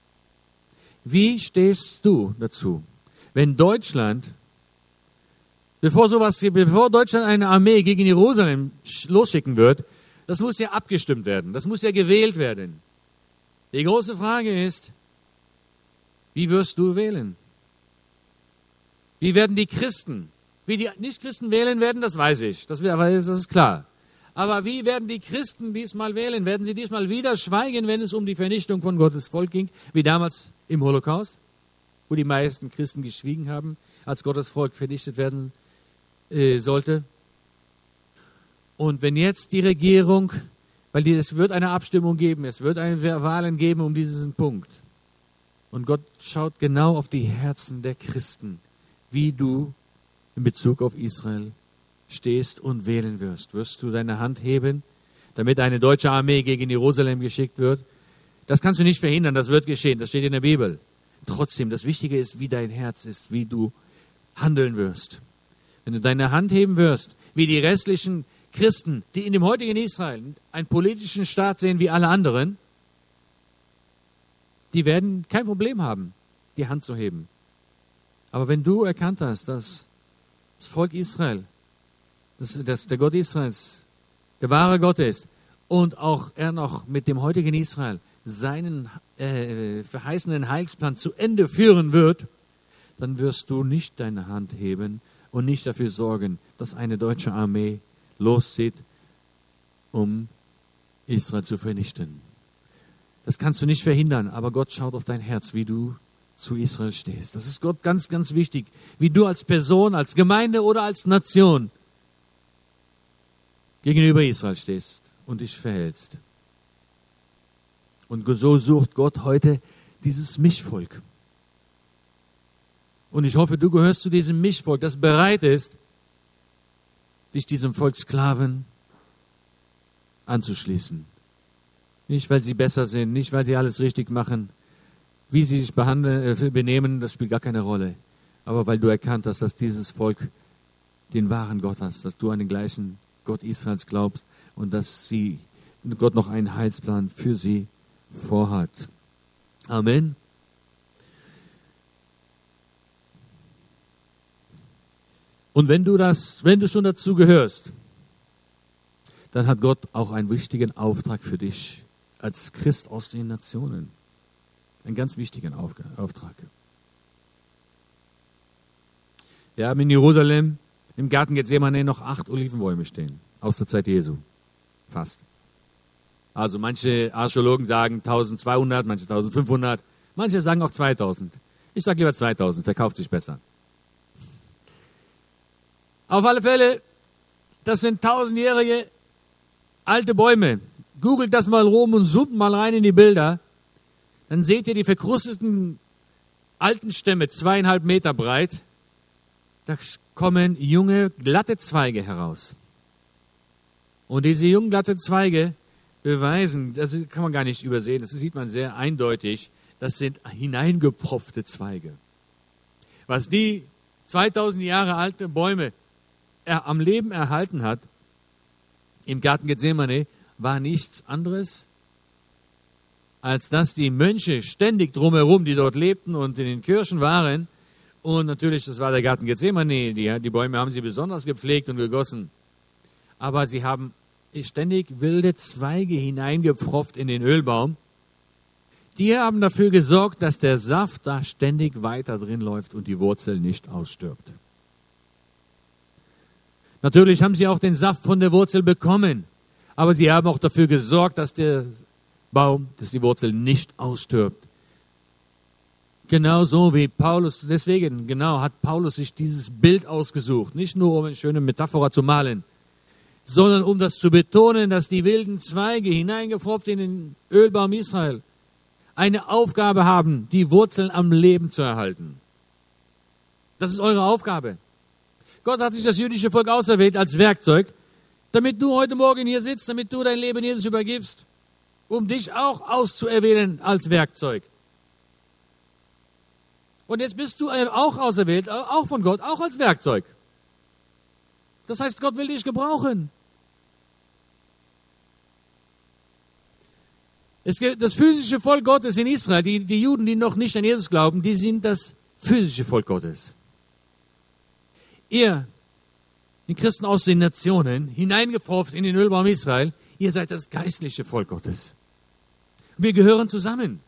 wie stehst du dazu, wenn Deutschland Bevor Deutschland eine Armee gegen Jerusalem losschicken wird, das muss ja abgestimmt werden, das muss ja gewählt werden. Die große Frage ist, wie wirst du wählen? Wie werden die Christen, wie die Nichtchristen wählen werden, das weiß ich, das ist klar. Aber wie werden die Christen diesmal wählen? Werden sie diesmal wieder schweigen, wenn es um die Vernichtung von Gottes Volk ging, wie damals im Holocaust, wo die meisten Christen geschwiegen haben, als Gottes Volk vernichtet werden sollte? Und wenn jetzt die Regierung, weil es wird eine Abstimmung geben, es wird eine Wahlen geben um diesen Punkt. Und Gott schaut genau auf die Herzen der Christen, wie du in Bezug auf Israel stehst und wählen wirst. Wirst du deine Hand heben, damit eine deutsche Armee gegen Jerusalem geschickt wird? Das kannst du nicht verhindern, das wird geschehen, das steht in der Bibel. Trotzdem, das Wichtige ist, wie dein Herz ist, wie du handeln wirst. Wenn du deine Hand heben wirst, wie die restlichen Christen, die in dem heutigen Israel einen politischen Staat sehen wie alle anderen, die werden kein Problem haben, die Hand zu heben. Aber wenn du erkannt hast, dass das Volk Israel, dass der Gott Israels der wahre Gott ist und auch er noch mit dem heutigen Israel seinen verheißenen Heilsplan zu Ende führen wird, dann wirst du nicht deine Hand heben und nicht dafür sorgen, dass eine deutsche Armee loszieht, um Israel zu vernichten. Das kannst du nicht verhindern, aber Gott schaut auf dein Herz, wie du zu Israel stehst. Das ist Gott ganz, ganz wichtig, wie du als Person, als Gemeinde oder als Nation gegenüber Israel stehst und dich verhältst. Und so sucht Gott heute dieses Mischvolk. Und ich hoffe, du gehörst zu diesem Mischvolk, das bereit ist, dich diesem Volk Sklaven anzuschließen. Nicht, weil sie besser sind, nicht, weil sie alles richtig machen. Wie sie sich benehmen, das spielt gar keine Rolle. Aber weil du erkannt hast, dass dieses Volk den wahren Gott hat, dass du an den gleichen Gott Israels glaubst und dass Gott noch einen Heilsplan für sie vorhat. Amen. Und wenn du schon dazu gehörst, dann hat Gott auch einen wichtigen Auftrag für dich als Christ aus den Nationen. Einen ganz wichtigen Auftrag. Wir haben in Jerusalem im Garten Gethsemane noch 8 Olivenbäume stehen, aus der Zeit Jesu. Fast. Also manche Archäologen sagen 1200, manche 1500, manche sagen auch 2000. Ich sage lieber 2000, verkauft sich besser. Auf alle Fälle, das sind 1000-jährige alte Bäume. Googelt das mal rum und zoomt mal rein in die Bilder. Dann seht ihr die verkrusteten alten Stämme, 2,5 Meter breit. Da kommen junge, glatte Zweige heraus. Und diese jungen, glatte Zweige beweisen, das kann man gar nicht übersehen, das sieht man sehr eindeutig, das sind hineingepfropfte Zweige. Was die 2000 Jahre alte Bäume am Leben erhalten hat, im Garten Gethsemane, war nichts anderes, als dass die Mönche ständig drumherum, die dort lebten und in den Kirchen waren, und natürlich, das war der Garten Gethsemane, die Bäume haben sie besonders gepflegt und gegossen, aber sie haben ständig wilde Zweige hineingepfropft in den Ölbaum. Die haben dafür gesorgt, dass der Saft da ständig weiter drin läuft und die Wurzel nicht ausstirbt. Natürlich haben sie auch den Saft von der Wurzel bekommen, aber sie haben auch dafür gesorgt, dass der Baum, dass die Wurzel nicht ausstirbt. Genauso wie Paulus, deswegen hat Paulus sich dieses Bild ausgesucht, nicht nur um eine schöne Metapher zu malen, sondern um das zu betonen, dass die wilden Zweige hineingepfropft in den Ölbaum Israel eine Aufgabe haben, die Wurzeln am Leben zu erhalten. Das ist eure Aufgabe. Gott hat sich das jüdische Volk auserwählt als Werkzeug, damit du heute Morgen hier sitzt, damit du dein Leben Jesus übergibst, um dich auch auszuerwählen als Werkzeug. Und jetzt bist du auch auserwählt, auch von Gott, auch als Werkzeug. Das heißt, Gott will dich gebrauchen. Das physische Volk Gottes in Israel, die Juden, die noch nicht an Jesus glauben, die sind das physische Volk Gottes. Ihr den Christen aus den Nationen, hineingepropft in den Ölbaum Israel. Ihr seid das geistliche Volk Gottes. Wir gehören zusammen.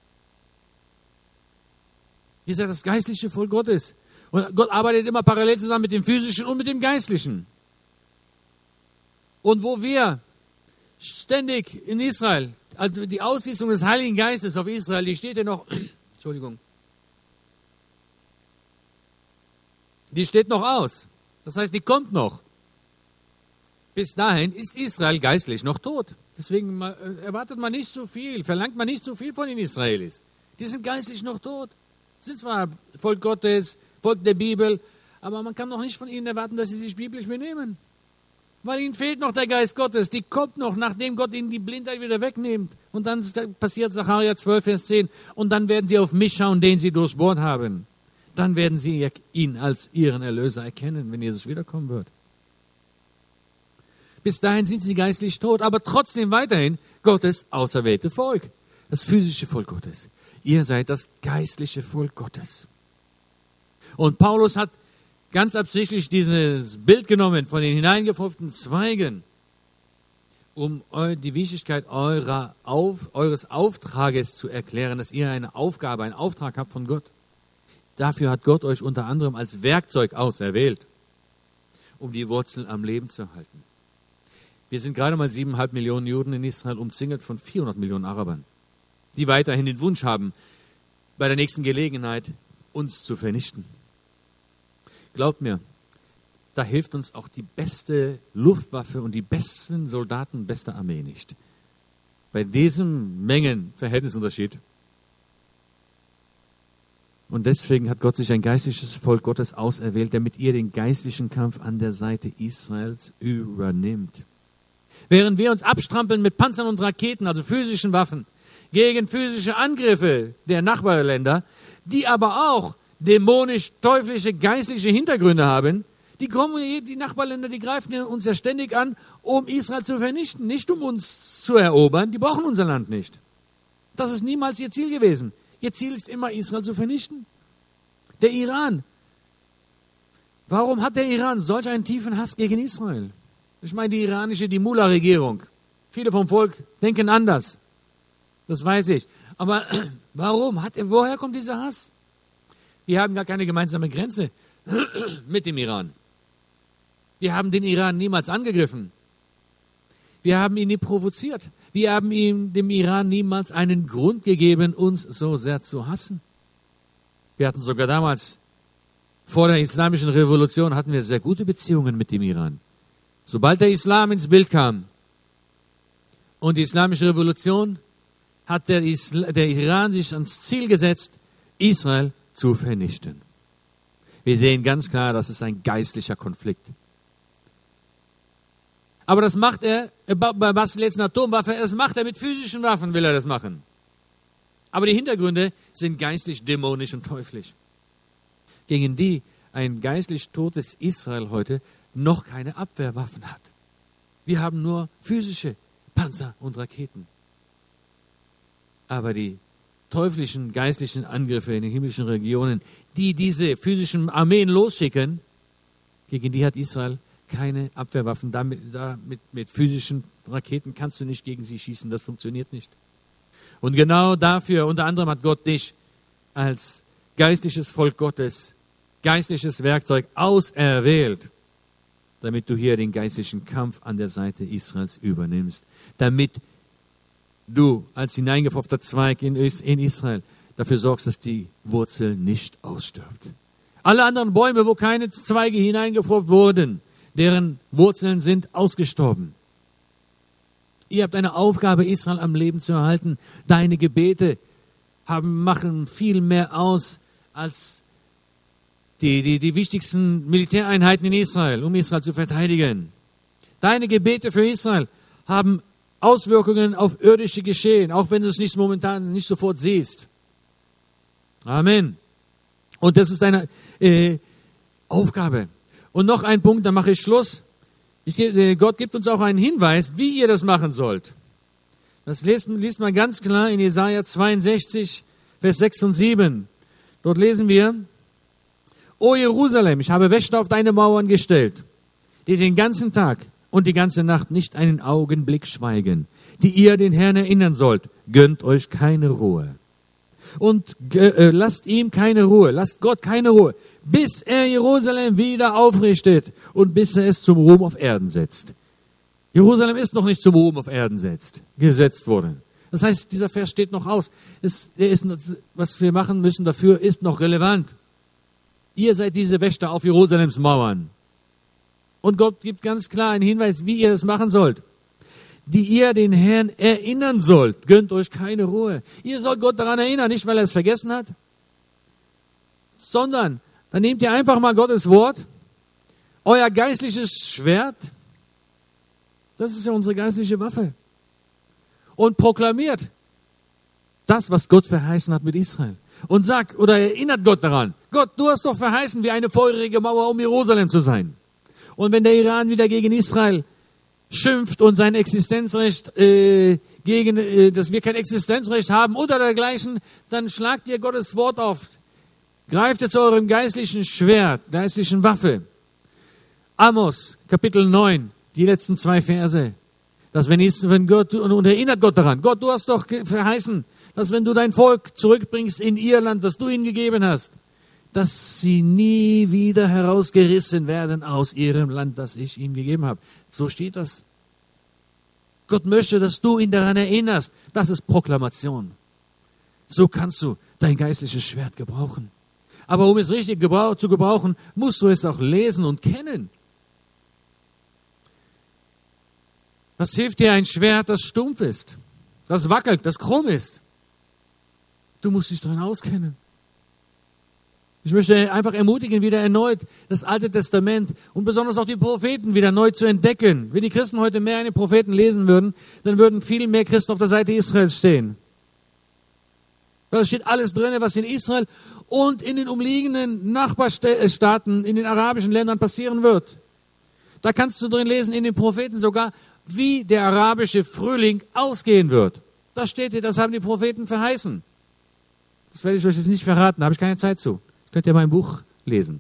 Ihr seid das geistliche Volk Gottes. Und Gott arbeitet immer parallel zusammen mit dem physischen und mit dem geistlichen. Und wo wir ständig in Israel, also die Ausgießung des Heiligen Geistes auf Israel, die steht ja noch, Entschuldigung, die steht noch aus. Das heißt, die kommt noch. Bis dahin ist Israel geistlich noch tot. Deswegen erwartet man nicht so viel, verlangt man nicht so viel von den Israelis. Die sind geistlich noch tot. Sind zwar Volk Gottes, Volk der Bibel, aber man kann noch nicht von ihnen erwarten, dass sie sich biblisch benehmen. Weil ihnen fehlt noch der Geist Gottes. Die kommt noch, nachdem Gott ihnen die Blindheit wieder wegnimmt. Und dann passiert Sacharja 12, Vers 10. Und dann werden sie auf mich schauen, den sie durchbohrt haben. Dann werden sie ihn als ihren Erlöser erkennen, wenn Jesus wiederkommen wird. Bis dahin sind sie geistlich tot, aber trotzdem weiterhin Gottes auserwählte Volk. Das physische Volk Gottes. Ihr seid das geistliche Volk Gottes. Und Paulus hat ganz absichtlich dieses Bild genommen von den hineingepfropften Zweigen, um die Wichtigkeit eures Auftrages zu erklären, dass ihr eine Aufgabe, einen Auftrag habt von Gott. Dafür hat Gott euch unter anderem als Werkzeug auserwählt, um die Wurzeln am Leben zu halten. Wir sind gerade mal 7,5 Millionen Juden in Israel, umzingelt von 400 Millionen Arabern, die weiterhin den Wunsch haben, bei der nächsten Gelegenheit uns zu vernichten. Glaubt mir, da hilft uns auch die beste Luftwaffe und die besten Soldaten, beste Armee nicht. Bei diesem Mengenverhältnisunterschied. Und deswegen hat Gott sich ein geistliches Volk Gottes auserwählt, damit ihr den geistlichen Kampf an der Seite Israels übernimmt. Während wir uns abstrampeln mit Panzern und Raketen, also physischen Waffen, gegen physische Angriffe der Nachbarländer, die aber auch dämonisch-teuflische, geistliche Hintergründe haben, die Nachbarländer, die greifen uns ja ständig an, um Israel zu vernichten, nicht um uns zu erobern. Die brauchen unser Land nicht. Das ist niemals ihr Ziel gewesen. Ihr Ziel ist immer, Israel zu vernichten. Der Iran. Warum hat der Iran solch einen tiefen Hass gegen Israel? Ich meine die Mullah-Regierung. Viele vom Volk denken anders. Das weiß ich. Aber warum? Woher kommt dieser Hass? Wir haben gar keine gemeinsame Grenze mit dem Iran. Wir haben den Iran niemals angegriffen. Wir haben ihn nie provoziert. Wir haben dem Iran niemals einen Grund gegeben, uns so sehr zu hassen. Wir hatten sogar damals, vor der islamischen Revolution, hatten wir sehr gute Beziehungen mit dem Iran. Sobald der Islam ins Bild kam und die islamische Revolution, hat der Iran sich ans Ziel gesetzt, Israel zu vernichten. Wir sehen ganz klar, das ist ein geistlicher Konflikt. Aber das macht er bastelt jetzt eine Atomwaffe, das macht er mit physischen Waffen, will er das machen. Aber die Hintergründe sind geistlich, dämonisch und teuflisch. Gegen die ein geistlich totes Israel heute noch keine Abwehrwaffen hat. Wir haben nur physische Panzer und Raketen. Aber die teuflischen, geistlichen Angriffe in den himmlischen Regionen, die diese physischen Armeen losschicken, gegen die hat Israel keine Abwehrwaffen. Mit physischen Raketen kannst du nicht gegen sie schießen, das funktioniert nicht. Und genau dafür, unter anderem, hat Gott dich als geistliches Volk Gottes, geistliches Werkzeug auserwählt, damit du hier den geistlichen Kampf an der Seite Israels übernimmst, damit du als hineingepfropfter Zweig in Israel dafür sorgst, dass die Wurzel nicht ausstirbt. Alle anderen Bäume, wo keine Zweige hineingepfropft wurden, deren Wurzeln sind ausgestorben. Ihr habt eine Aufgabe, Israel am Leben zu erhalten. Deine Gebete machen viel mehr aus als die wichtigsten Militäreinheiten in Israel, um Israel zu verteidigen. Deine Gebete für Israel haben Auswirkungen auf irdische Geschehen, auch wenn du es nicht momentan nicht sofort siehst. Amen. Und das ist deine Aufgabe. Und noch ein Punkt, dann mache ich Schluss. Gott gibt uns auch einen Hinweis, wie ihr das machen sollt. Das liest man ganz klar in Jesaja 62, Vers 6 und 7. Dort lesen wir: O Jerusalem, ich habe Wächter auf deine Mauern gestellt. die den ganzen Tag und die ganze Nacht nicht einen Augenblick schweigen, die ihr den Herrn erinnern sollt, gönnt euch keine Ruhe. Und lasst ihm keine Ruhe, lasst Gott keine Ruhe, bis er Jerusalem wieder aufrichtet und bis er es zum Ruhm auf Erden setzt. Jerusalem ist noch nicht zum Ruhm auf Erden gesetzt worden. Das heißt, dieser Vers steht noch aus. Was wir machen müssen dafür, ist noch relevant. Ihr seid diese Wächter auf Jerusalems Mauern. Und Gott gibt ganz klar einen Hinweis, wie ihr das machen sollt. Die ihr den Herrn erinnern sollt, gönnt euch keine Ruhe. Ihr sollt Gott daran erinnern, nicht weil er es vergessen hat, sondern dann nehmt ihr einfach mal Gottes Wort, euer geistliches Schwert, das ist ja unsere geistliche Waffe, und proklamiert das, was Gott verheißen hat mit Israel. Und sagt oder erinnert Gott daran, Gott, du hast doch verheißen, wie eine feurige Mauer um Jerusalem zu sein. Und wenn der Iran wieder gegen Israel schimpft und sein Existenzrecht dass wir kein Existenzrecht haben oder dergleichen, dann schlagt ihr Gottes Wort auf. Greift ihr zu eurem geistlichen Schwert, geistlichen Waffe. Amos, Kapitel 9, die letzten 2 Verse. Dass wenn Gott, und erinnert Gott daran, Gott, du hast doch verheißen, dass wenn du dein Volk zurückbringst in ihr Land, das du ihnen gegeben hast, dass sie nie wieder herausgerissen werden aus ihrem Land, das ich ihnen gegeben habe. So steht das. Gott möchte, dass du ihn daran erinnerst. Das ist Proklamation. So kannst du dein geistliches Schwert gebrauchen. Aber um es richtig zu gebrauchen, musst du es auch lesen und kennen. Was hilft dir ein Schwert, das stumpf ist, das wackelt, das krumm ist? Du musst dich daran auskennen. Ich möchte einfach ermutigen, wieder erneut das Alte Testament und besonders auch die Propheten wieder neu zu entdecken. Wenn die Christen heute mehr eine Propheten lesen würden, dann würden viel mehr Christen auf der Seite Israels stehen. Da steht alles drin, was in Israel und in den umliegenden Nachbarstaaten, in den arabischen Ländern passieren wird. Da kannst du drin lesen, in den Propheten sogar, wie der arabische Frühling ausgehen wird. Das steht hier, das haben die Propheten verheißen. Das werde ich euch jetzt nicht verraten, da habe ich keine Zeit zu. Könnt ihr mein Buch lesen.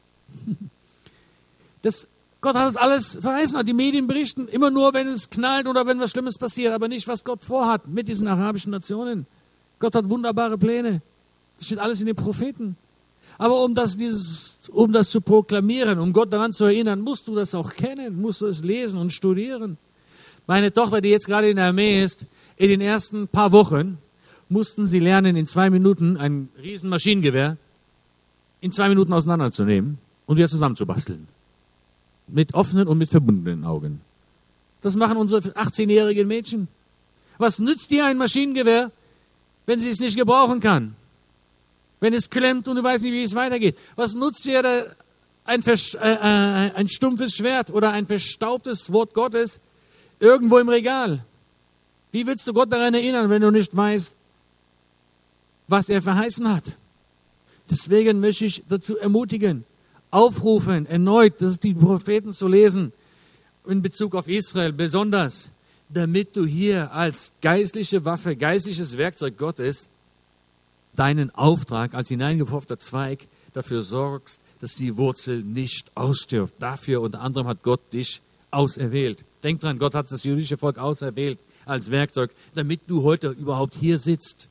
Gott hat das alles verheißen. Die Medien berichten immer nur, wenn es knallt oder wenn was Schlimmes passiert, aber nicht, was Gott vorhat mit diesen arabischen Nationen. Gott hat wunderbare Pläne. Das steht alles in den Propheten. Aber um das zu proklamieren, um Gott daran zu erinnern, musst du das auch kennen, musst du es lesen und studieren. Meine Tochter, die jetzt gerade in der Armee ist, in den ersten paar Wochen mussten sie lernen, in 2 Minuten ein riesen Maschinengewehr in 2 Minuten auseinanderzunehmen und wieder zusammenzubasteln. Mit offenen und mit verbundenen Augen. Das machen unsere 18-jährigen Mädchen. Was nützt dir ein Maschinengewehr, wenn sie es nicht gebrauchen kann? Wenn es klemmt und du weißt nicht, wie es weitergeht. Was nutzt dir ein stumpfes Schwert oder ein verstaubtes Wort Gottes irgendwo im Regal? Wie willst du Gott daran erinnern, wenn du nicht weißt, was er verheißen hat? Deswegen möchte ich dazu ermutigen, aufrufen, erneut, das ist die Propheten zu lesen, in Bezug auf Israel besonders, damit du hier als geistliche Waffe, geistliches Werkzeug Gottes, deinen Auftrag als hineingepfropfter Zweig dafür sorgst, dass die Wurzel nicht ausstirbt. Dafür unter anderem hat Gott dich auserwählt. Denk dran, Gott hat das jüdische Volk auserwählt als Werkzeug, damit du heute überhaupt hier sitzt.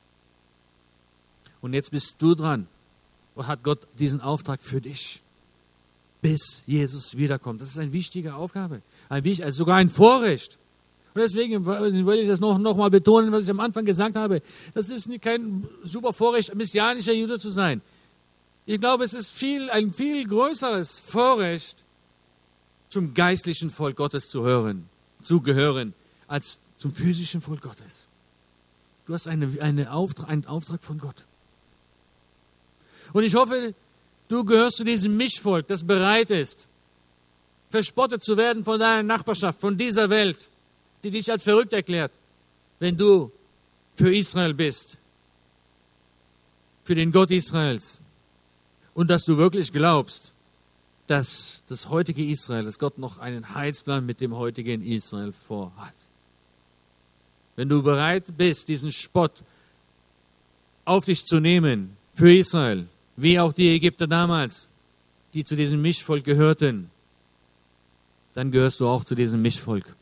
Und jetzt bist du dran und hat Gott diesen Auftrag für dich, bis Jesus wiederkommt. Das ist eine wichtige Aufgabe, sogar ein Vorrecht. Und deswegen will ich das noch mal betonen, was ich am Anfang gesagt habe. Das ist kein super Vorrecht, messianischer Jude zu sein. Ich glaube, es ist ein viel größeres Vorrecht, zum geistlichen Volk Gottes zu gehören, als zum physischen Volk Gottes. Du hast einen Auftrag von Gott. Und ich hoffe, du gehörst zu diesem Mischvolk, das bereit ist, verspottet zu werden von deiner Nachbarschaft, von dieser Welt, die dich als verrückt erklärt, wenn du für Israel bist, für den Gott Israels. Und dass du wirklich glaubst, dass das heutige Israel, dass Gott noch einen Heilsplan mit dem heutigen Israel vorhat. Wenn du bereit bist, diesen Spott auf dich zu nehmen für Israel, wie auch die Ägypter damals, die zu diesem Mischvolk gehörten, dann gehörst du auch zu diesem Mischvolk,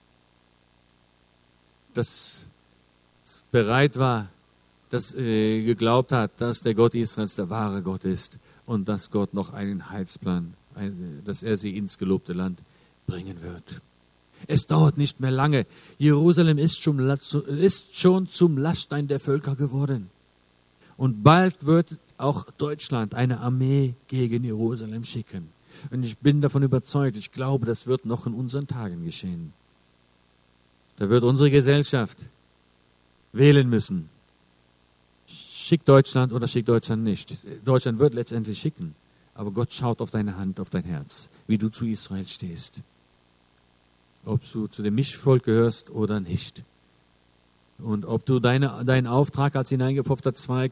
das bereit war, das geglaubt hat, dass der Gott Israels der wahre Gott ist und dass Gott noch einen Heilsplan, dass er sie ins gelobte Land bringen wird. Es dauert nicht mehr lange. Jerusalem ist schon zum Laststein der Völker geworden. Und bald wird auch Deutschland eine Armee gegen Jerusalem schicken. Und ich bin davon überzeugt, ich glaube, das wird noch in unseren Tagen geschehen. Da wird unsere Gesellschaft wählen müssen. Schickt Deutschland oder schickt Deutschland nicht. Deutschland wird letztendlich schicken. Aber Gott schaut auf deine Hand, auf dein Herz, wie du zu Israel stehst. Ob du zu dem Mischvolk gehörst oder nicht. Und ob du deinen Auftrag als hineingepfropfter Zweig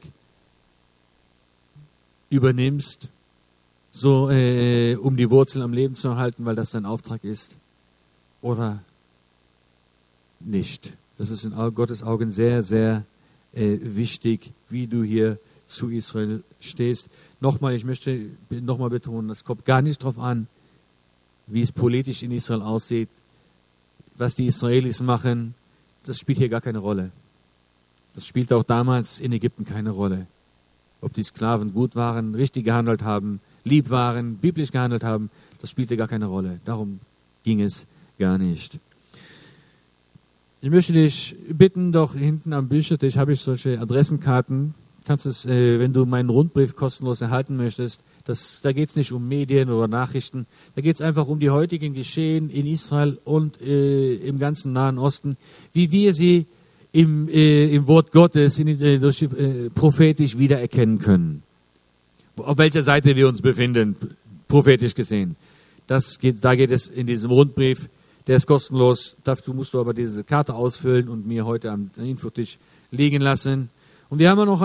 übernimmst, so um die Wurzeln am Leben zu erhalten, weil das dein Auftrag ist, oder nicht. Das ist in Gottes Augen sehr, sehr wichtig, wie du hier zu Israel stehst. Nochmal, ich möchte nochmal betonen, es kommt gar nicht darauf an, wie es politisch in Israel aussieht, was die Israelis machen, das spielt hier gar keine Rolle. Das spielte auch damals in Ägypten keine Rolle. Ob die Sklaven gut waren, richtig gehandelt haben, lieb waren, biblisch gehandelt haben, das spielte gar keine Rolle. Darum ging es gar nicht. Ich möchte dich bitten, doch hinten am Büchertisch habe ich solche Adressenkarten. Du kannst es, wenn du meinen Rundbrief kostenlos erhalten möchtest, da geht es nicht um Medien oder Nachrichten, da geht es einfach um die heutigen Geschehen in Israel und im ganzen Nahen Osten, wie wir sie im Wort Gottes prophetisch wiedererkennen können. Auf welcher Seite wir uns befinden, prophetisch gesehen. Da geht es in diesem Rundbrief, der ist kostenlos, dazu musst du aber diese Karte ausfüllen und mir heute am Infotisch liegen lassen. Und wir haben noch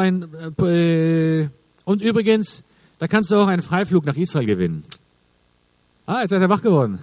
und übrigens, da kannst du auch einen Freiflug nach Israel gewinnen. Jetzt seid ihr wach geworden.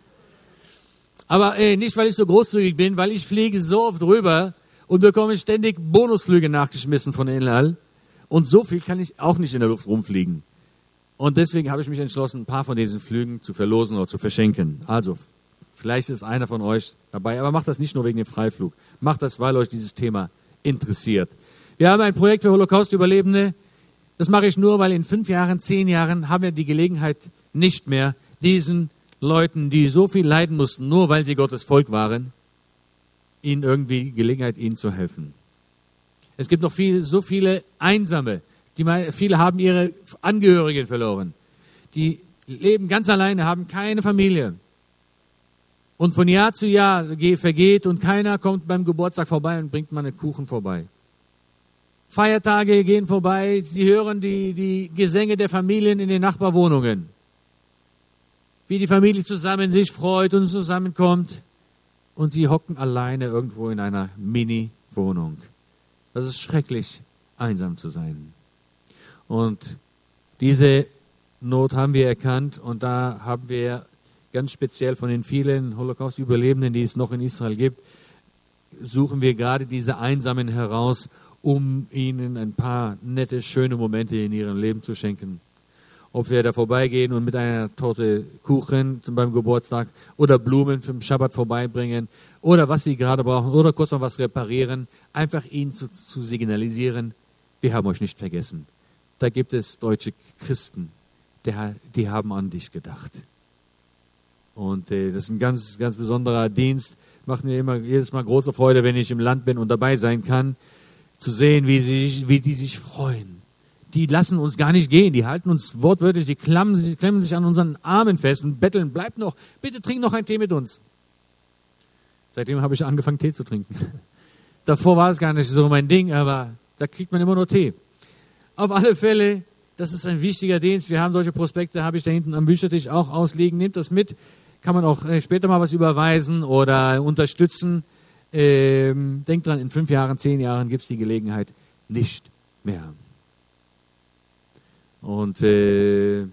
Aber nicht, weil ich so großzügig bin, weil ich fliege so oft rüber und bekomme ständig Bonusflüge nachgeschmissen von El Al. Und so viel kann ich auch nicht in der Luft rumfliegen. Und deswegen habe ich mich entschlossen, ein paar von diesen Flügen zu verlosen oder zu verschenken. Also, vielleicht ist einer von euch dabei, aber macht das nicht nur wegen dem Freiflug. Macht das, weil euch dieses Thema interessiert. Wir haben ein Projekt für Holocaust-Überlebende. Das mache ich nur, weil in 5 Jahren, 10 Jahren haben wir die Gelegenheit nicht mehr, diesen Leuten, die so viel leiden mussten, nur weil sie Gottes Volk waren, ihnen irgendwie Gelegenheit, ihnen zu helfen. Es gibt noch so viele Einsame. Viele haben ihre Angehörigen verloren. Die leben ganz alleine, haben keine Familie. Und von Jahr zu Jahr vergeht und keiner kommt beim Geburtstag vorbei und bringt mal einen Kuchen vorbei. Feiertage gehen vorbei, sie hören die Gesänge der Familien in den Nachbarwohnungen. Wie die Familie zusammen sich freut und zusammenkommt. Und sie hocken alleine irgendwo in einer Mini-Wohnung. Das ist schrecklich, einsam zu sein. Und diese Not haben wir erkannt und da haben wir ganz speziell von den vielen Holocaust-Überlebenden, die es noch in Israel gibt, suchen wir gerade diese Einsamen heraus, um ihnen ein paar nette, schöne Momente in ihrem Leben zu schenken. Ob wir da vorbeigehen und mit einer Torte Kuchen beim Geburtstag oder Blumen für den Schabbat vorbeibringen oder was sie gerade brauchen oder kurz noch was reparieren, einfach ihnen zu signalisieren, wir haben euch nicht vergessen. Da gibt es deutsche Christen, die haben an dich gedacht. Und das ist ein ganz, ganz besonderer Dienst. Macht mir immer jedes Mal große Freude, wenn ich im Land bin und dabei sein kann, zu sehen, wie die sich freuen. Die lassen uns gar nicht gehen, die halten uns wortwörtlich, die klemmen sich an unseren Armen fest und betteln, bleib noch, bitte trink noch einen Tee mit uns. Seitdem habe ich angefangen, Tee zu trinken. Davor war es gar nicht so mein Ding, aber da kriegt man immer nur Tee. Auf alle Fälle, das ist ein wichtiger Dienst. Wir haben solche Prospekte, habe ich da hinten am Büchertisch auch ausliegen. Nehmt das mit, kann man auch später mal was überweisen oder unterstützen. Denkt dran, in 5 Jahren, 10 Jahren gibt es die Gelegenheit nicht mehr. Und wenn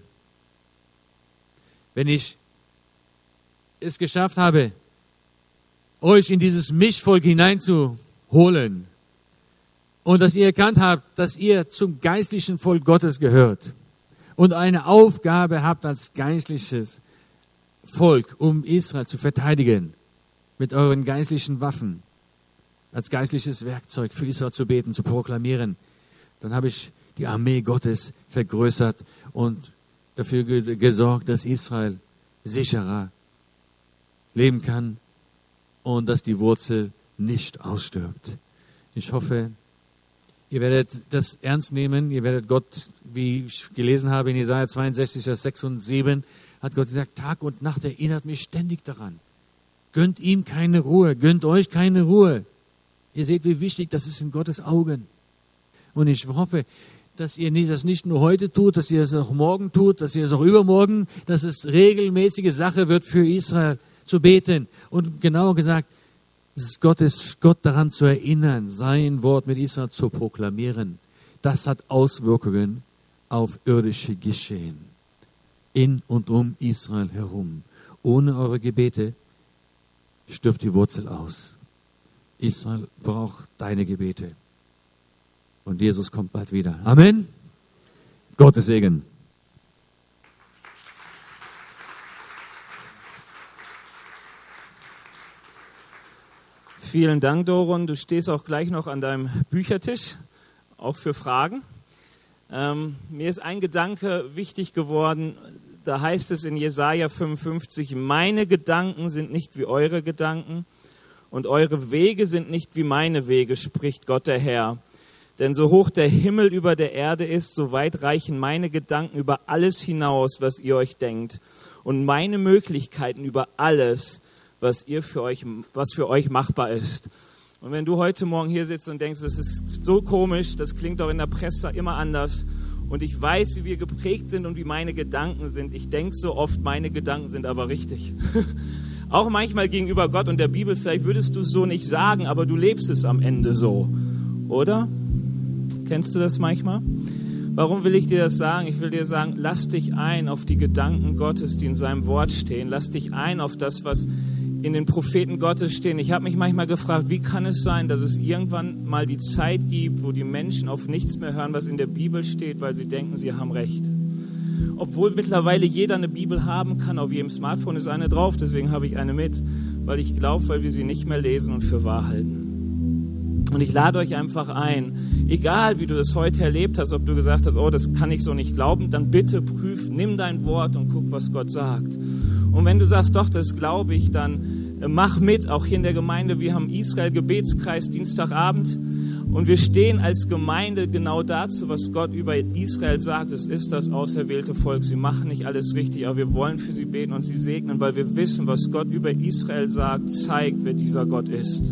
ich es geschafft habe, euch in dieses Mischvolk hineinzuholen und dass ihr erkannt habt, dass ihr zum geistlichen Volk Gottes gehört und eine Aufgabe habt als geistliches Volk, um Israel zu verteidigen, mit euren geistlichen Waffen, als geistliches Werkzeug für Israel zu beten, zu proklamieren, dann habe ich die Armee Gottes vergrößert und dafür gesorgt, dass Israel sicherer leben kann und dass die Wurzel nicht ausstirbt. Ich hoffe, ihr werdet das ernst nehmen. Ihr werdet Gott, wie ich gelesen habe in Jesaja 62, Vers 6 und 7, hat Gott gesagt, Tag und Nacht erinnert mich ständig daran. Gönnt ihm keine Ruhe, gönnt euch keine Ruhe. Ihr seht, wie wichtig das ist in Gottes Augen. Und ich hoffe, dass ihr das nicht nur heute tut, dass ihr es auch morgen tut, dass ihr es auch übermorgen, dass es regelmäßige Sache wird für Israel zu beten. Und genauer gesagt, es ist Gott daran zu erinnern, sein Wort mit Israel zu proklamieren. Das hat Auswirkungen auf irdische Geschehen. In und um Israel herum. Ohne eure Gebete stirbt die Wurzel aus. Israel braucht deine Gebete. Und Jesus kommt bald wieder. Amen. Gottes Segen. Vielen Dank, Doron. Du stehst auch gleich noch an deinem Büchertisch, auch für Fragen. Mir ist ein Gedanke wichtig geworden. Da heißt es in Jesaja 55, meine Gedanken sind nicht wie eure Gedanken und eure Wege sind nicht wie meine Wege, spricht Gott der Herr. Denn so hoch der Himmel über der Erde ist, so weit reichen meine Gedanken über alles hinaus, was ihr euch denkt. Und meine Möglichkeiten über alles, was für euch machbar ist. Und wenn du heute Morgen hier sitzt und denkst, das ist so komisch, das klingt doch in der Presse immer anders. Und ich weiß, wie wir geprägt sind und wie meine Gedanken sind. Ich denke so oft, meine Gedanken sind aber richtig. Auch manchmal gegenüber Gott und der Bibel, vielleicht würdest du es so nicht sagen, aber du lebst es am Ende so. Oder? Kennst du das manchmal? Warum will ich dir das sagen? Ich will dir sagen, lass dich ein auf die Gedanken Gottes, die in seinem Wort stehen. Lass dich ein auf das, was in den Propheten Gottes stehen. Ich habe mich manchmal gefragt, wie kann es sein, dass es irgendwann mal die Zeit gibt, wo die Menschen auf nichts mehr hören, was in der Bibel steht, weil sie denken, sie haben Recht. Obwohl mittlerweile jeder eine Bibel haben kann, auf jedem Smartphone ist eine drauf, deswegen habe ich eine mit, weil ich glaube, weil wir sie nicht mehr lesen und für wahr halten. Und ich lade euch einfach ein, egal wie du das heute erlebt hast, ob du gesagt hast, oh, das kann ich so nicht glauben, dann bitte prüf, nimm dein Wort und guck, was Gott sagt. Und wenn du sagst, doch, das glaube ich, dann mach mit, auch hier in der Gemeinde. Wir haben Israel-Gebetskreis Dienstagabend und wir stehen als Gemeinde genau dazu, was Gott über Israel sagt. Es ist das auserwählte Volk. Sie machen nicht alles richtig, aber wir wollen für sie beten und sie segnen, weil wir wissen, was Gott über Israel sagt, zeigt, wer dieser Gott ist.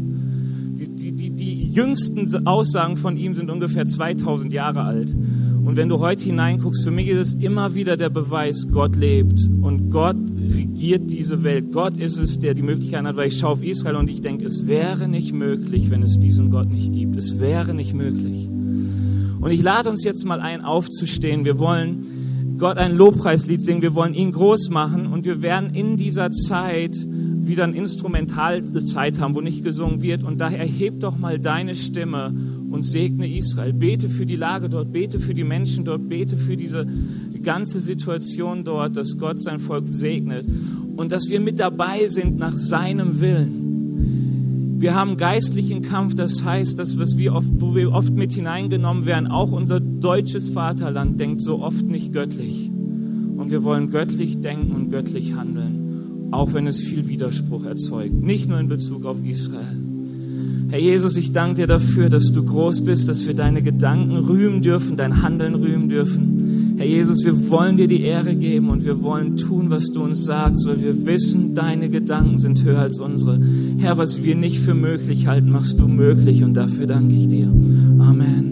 Die jüngsten Aussagen von ihm sind ungefähr 2000 Jahre alt. Und wenn du heute hineinguckst, für mich ist es immer wieder der Beweis, Gott lebt und Gott regiert diese Welt. Gott ist es, der die Möglichkeit hat, weil ich schaue auf Israel und ich denke, es wäre nicht möglich, wenn es diesen Gott nicht gibt. Es wäre nicht möglich. Und ich lade uns jetzt mal ein, aufzustehen. Wir wollen Gott ein Lobpreislied singen, wir wollen ihn groß machen und wir werden in dieser Zeit wieder eine instrumentale Zeit haben, wo nicht gesungen wird. Und daher erheb doch mal deine Stimme und segne Israel. Bete für die Lage dort, bete für die Menschen dort, bete für diese ganze Situation dort, dass Gott sein Volk segnet und dass wir mit dabei sind nach seinem Willen. Wir haben geistlichen Kampf, das heißt, das, wo wir oft mit hineingenommen werden, auch unser deutsches Vaterland denkt so oft nicht göttlich. Und wir wollen göttlich denken und göttlich handeln. Auch wenn es viel Widerspruch erzeugt, nicht nur in Bezug auf Israel. Herr Jesus, ich danke dir dafür, dass du groß bist, dass wir deine Gedanken rühmen dürfen, dein Handeln rühmen dürfen. Herr Jesus, wir wollen dir die Ehre geben und wir wollen tun, was du uns sagst, weil wir wissen, deine Gedanken sind höher als unsere. Herr, was wir nicht für möglich halten, machst du möglich und dafür danke ich dir. Amen.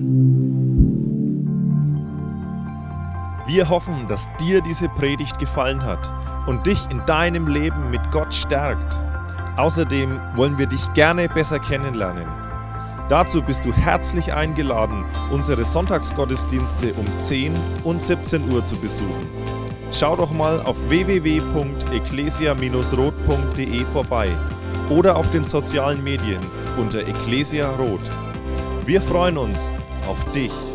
Wir hoffen, dass dir diese Predigt gefallen hat und dich in deinem Leben mit Gott stärkt. Außerdem wollen wir dich gerne besser kennenlernen. Dazu bist du herzlich eingeladen, unsere Sonntagsgottesdienste um 10 und 17 Uhr zu besuchen. Schau doch mal auf www.ecclesia-rot.de vorbei oder auf den sozialen Medien unter Ecclesia Rot. Wir freuen uns auf dich.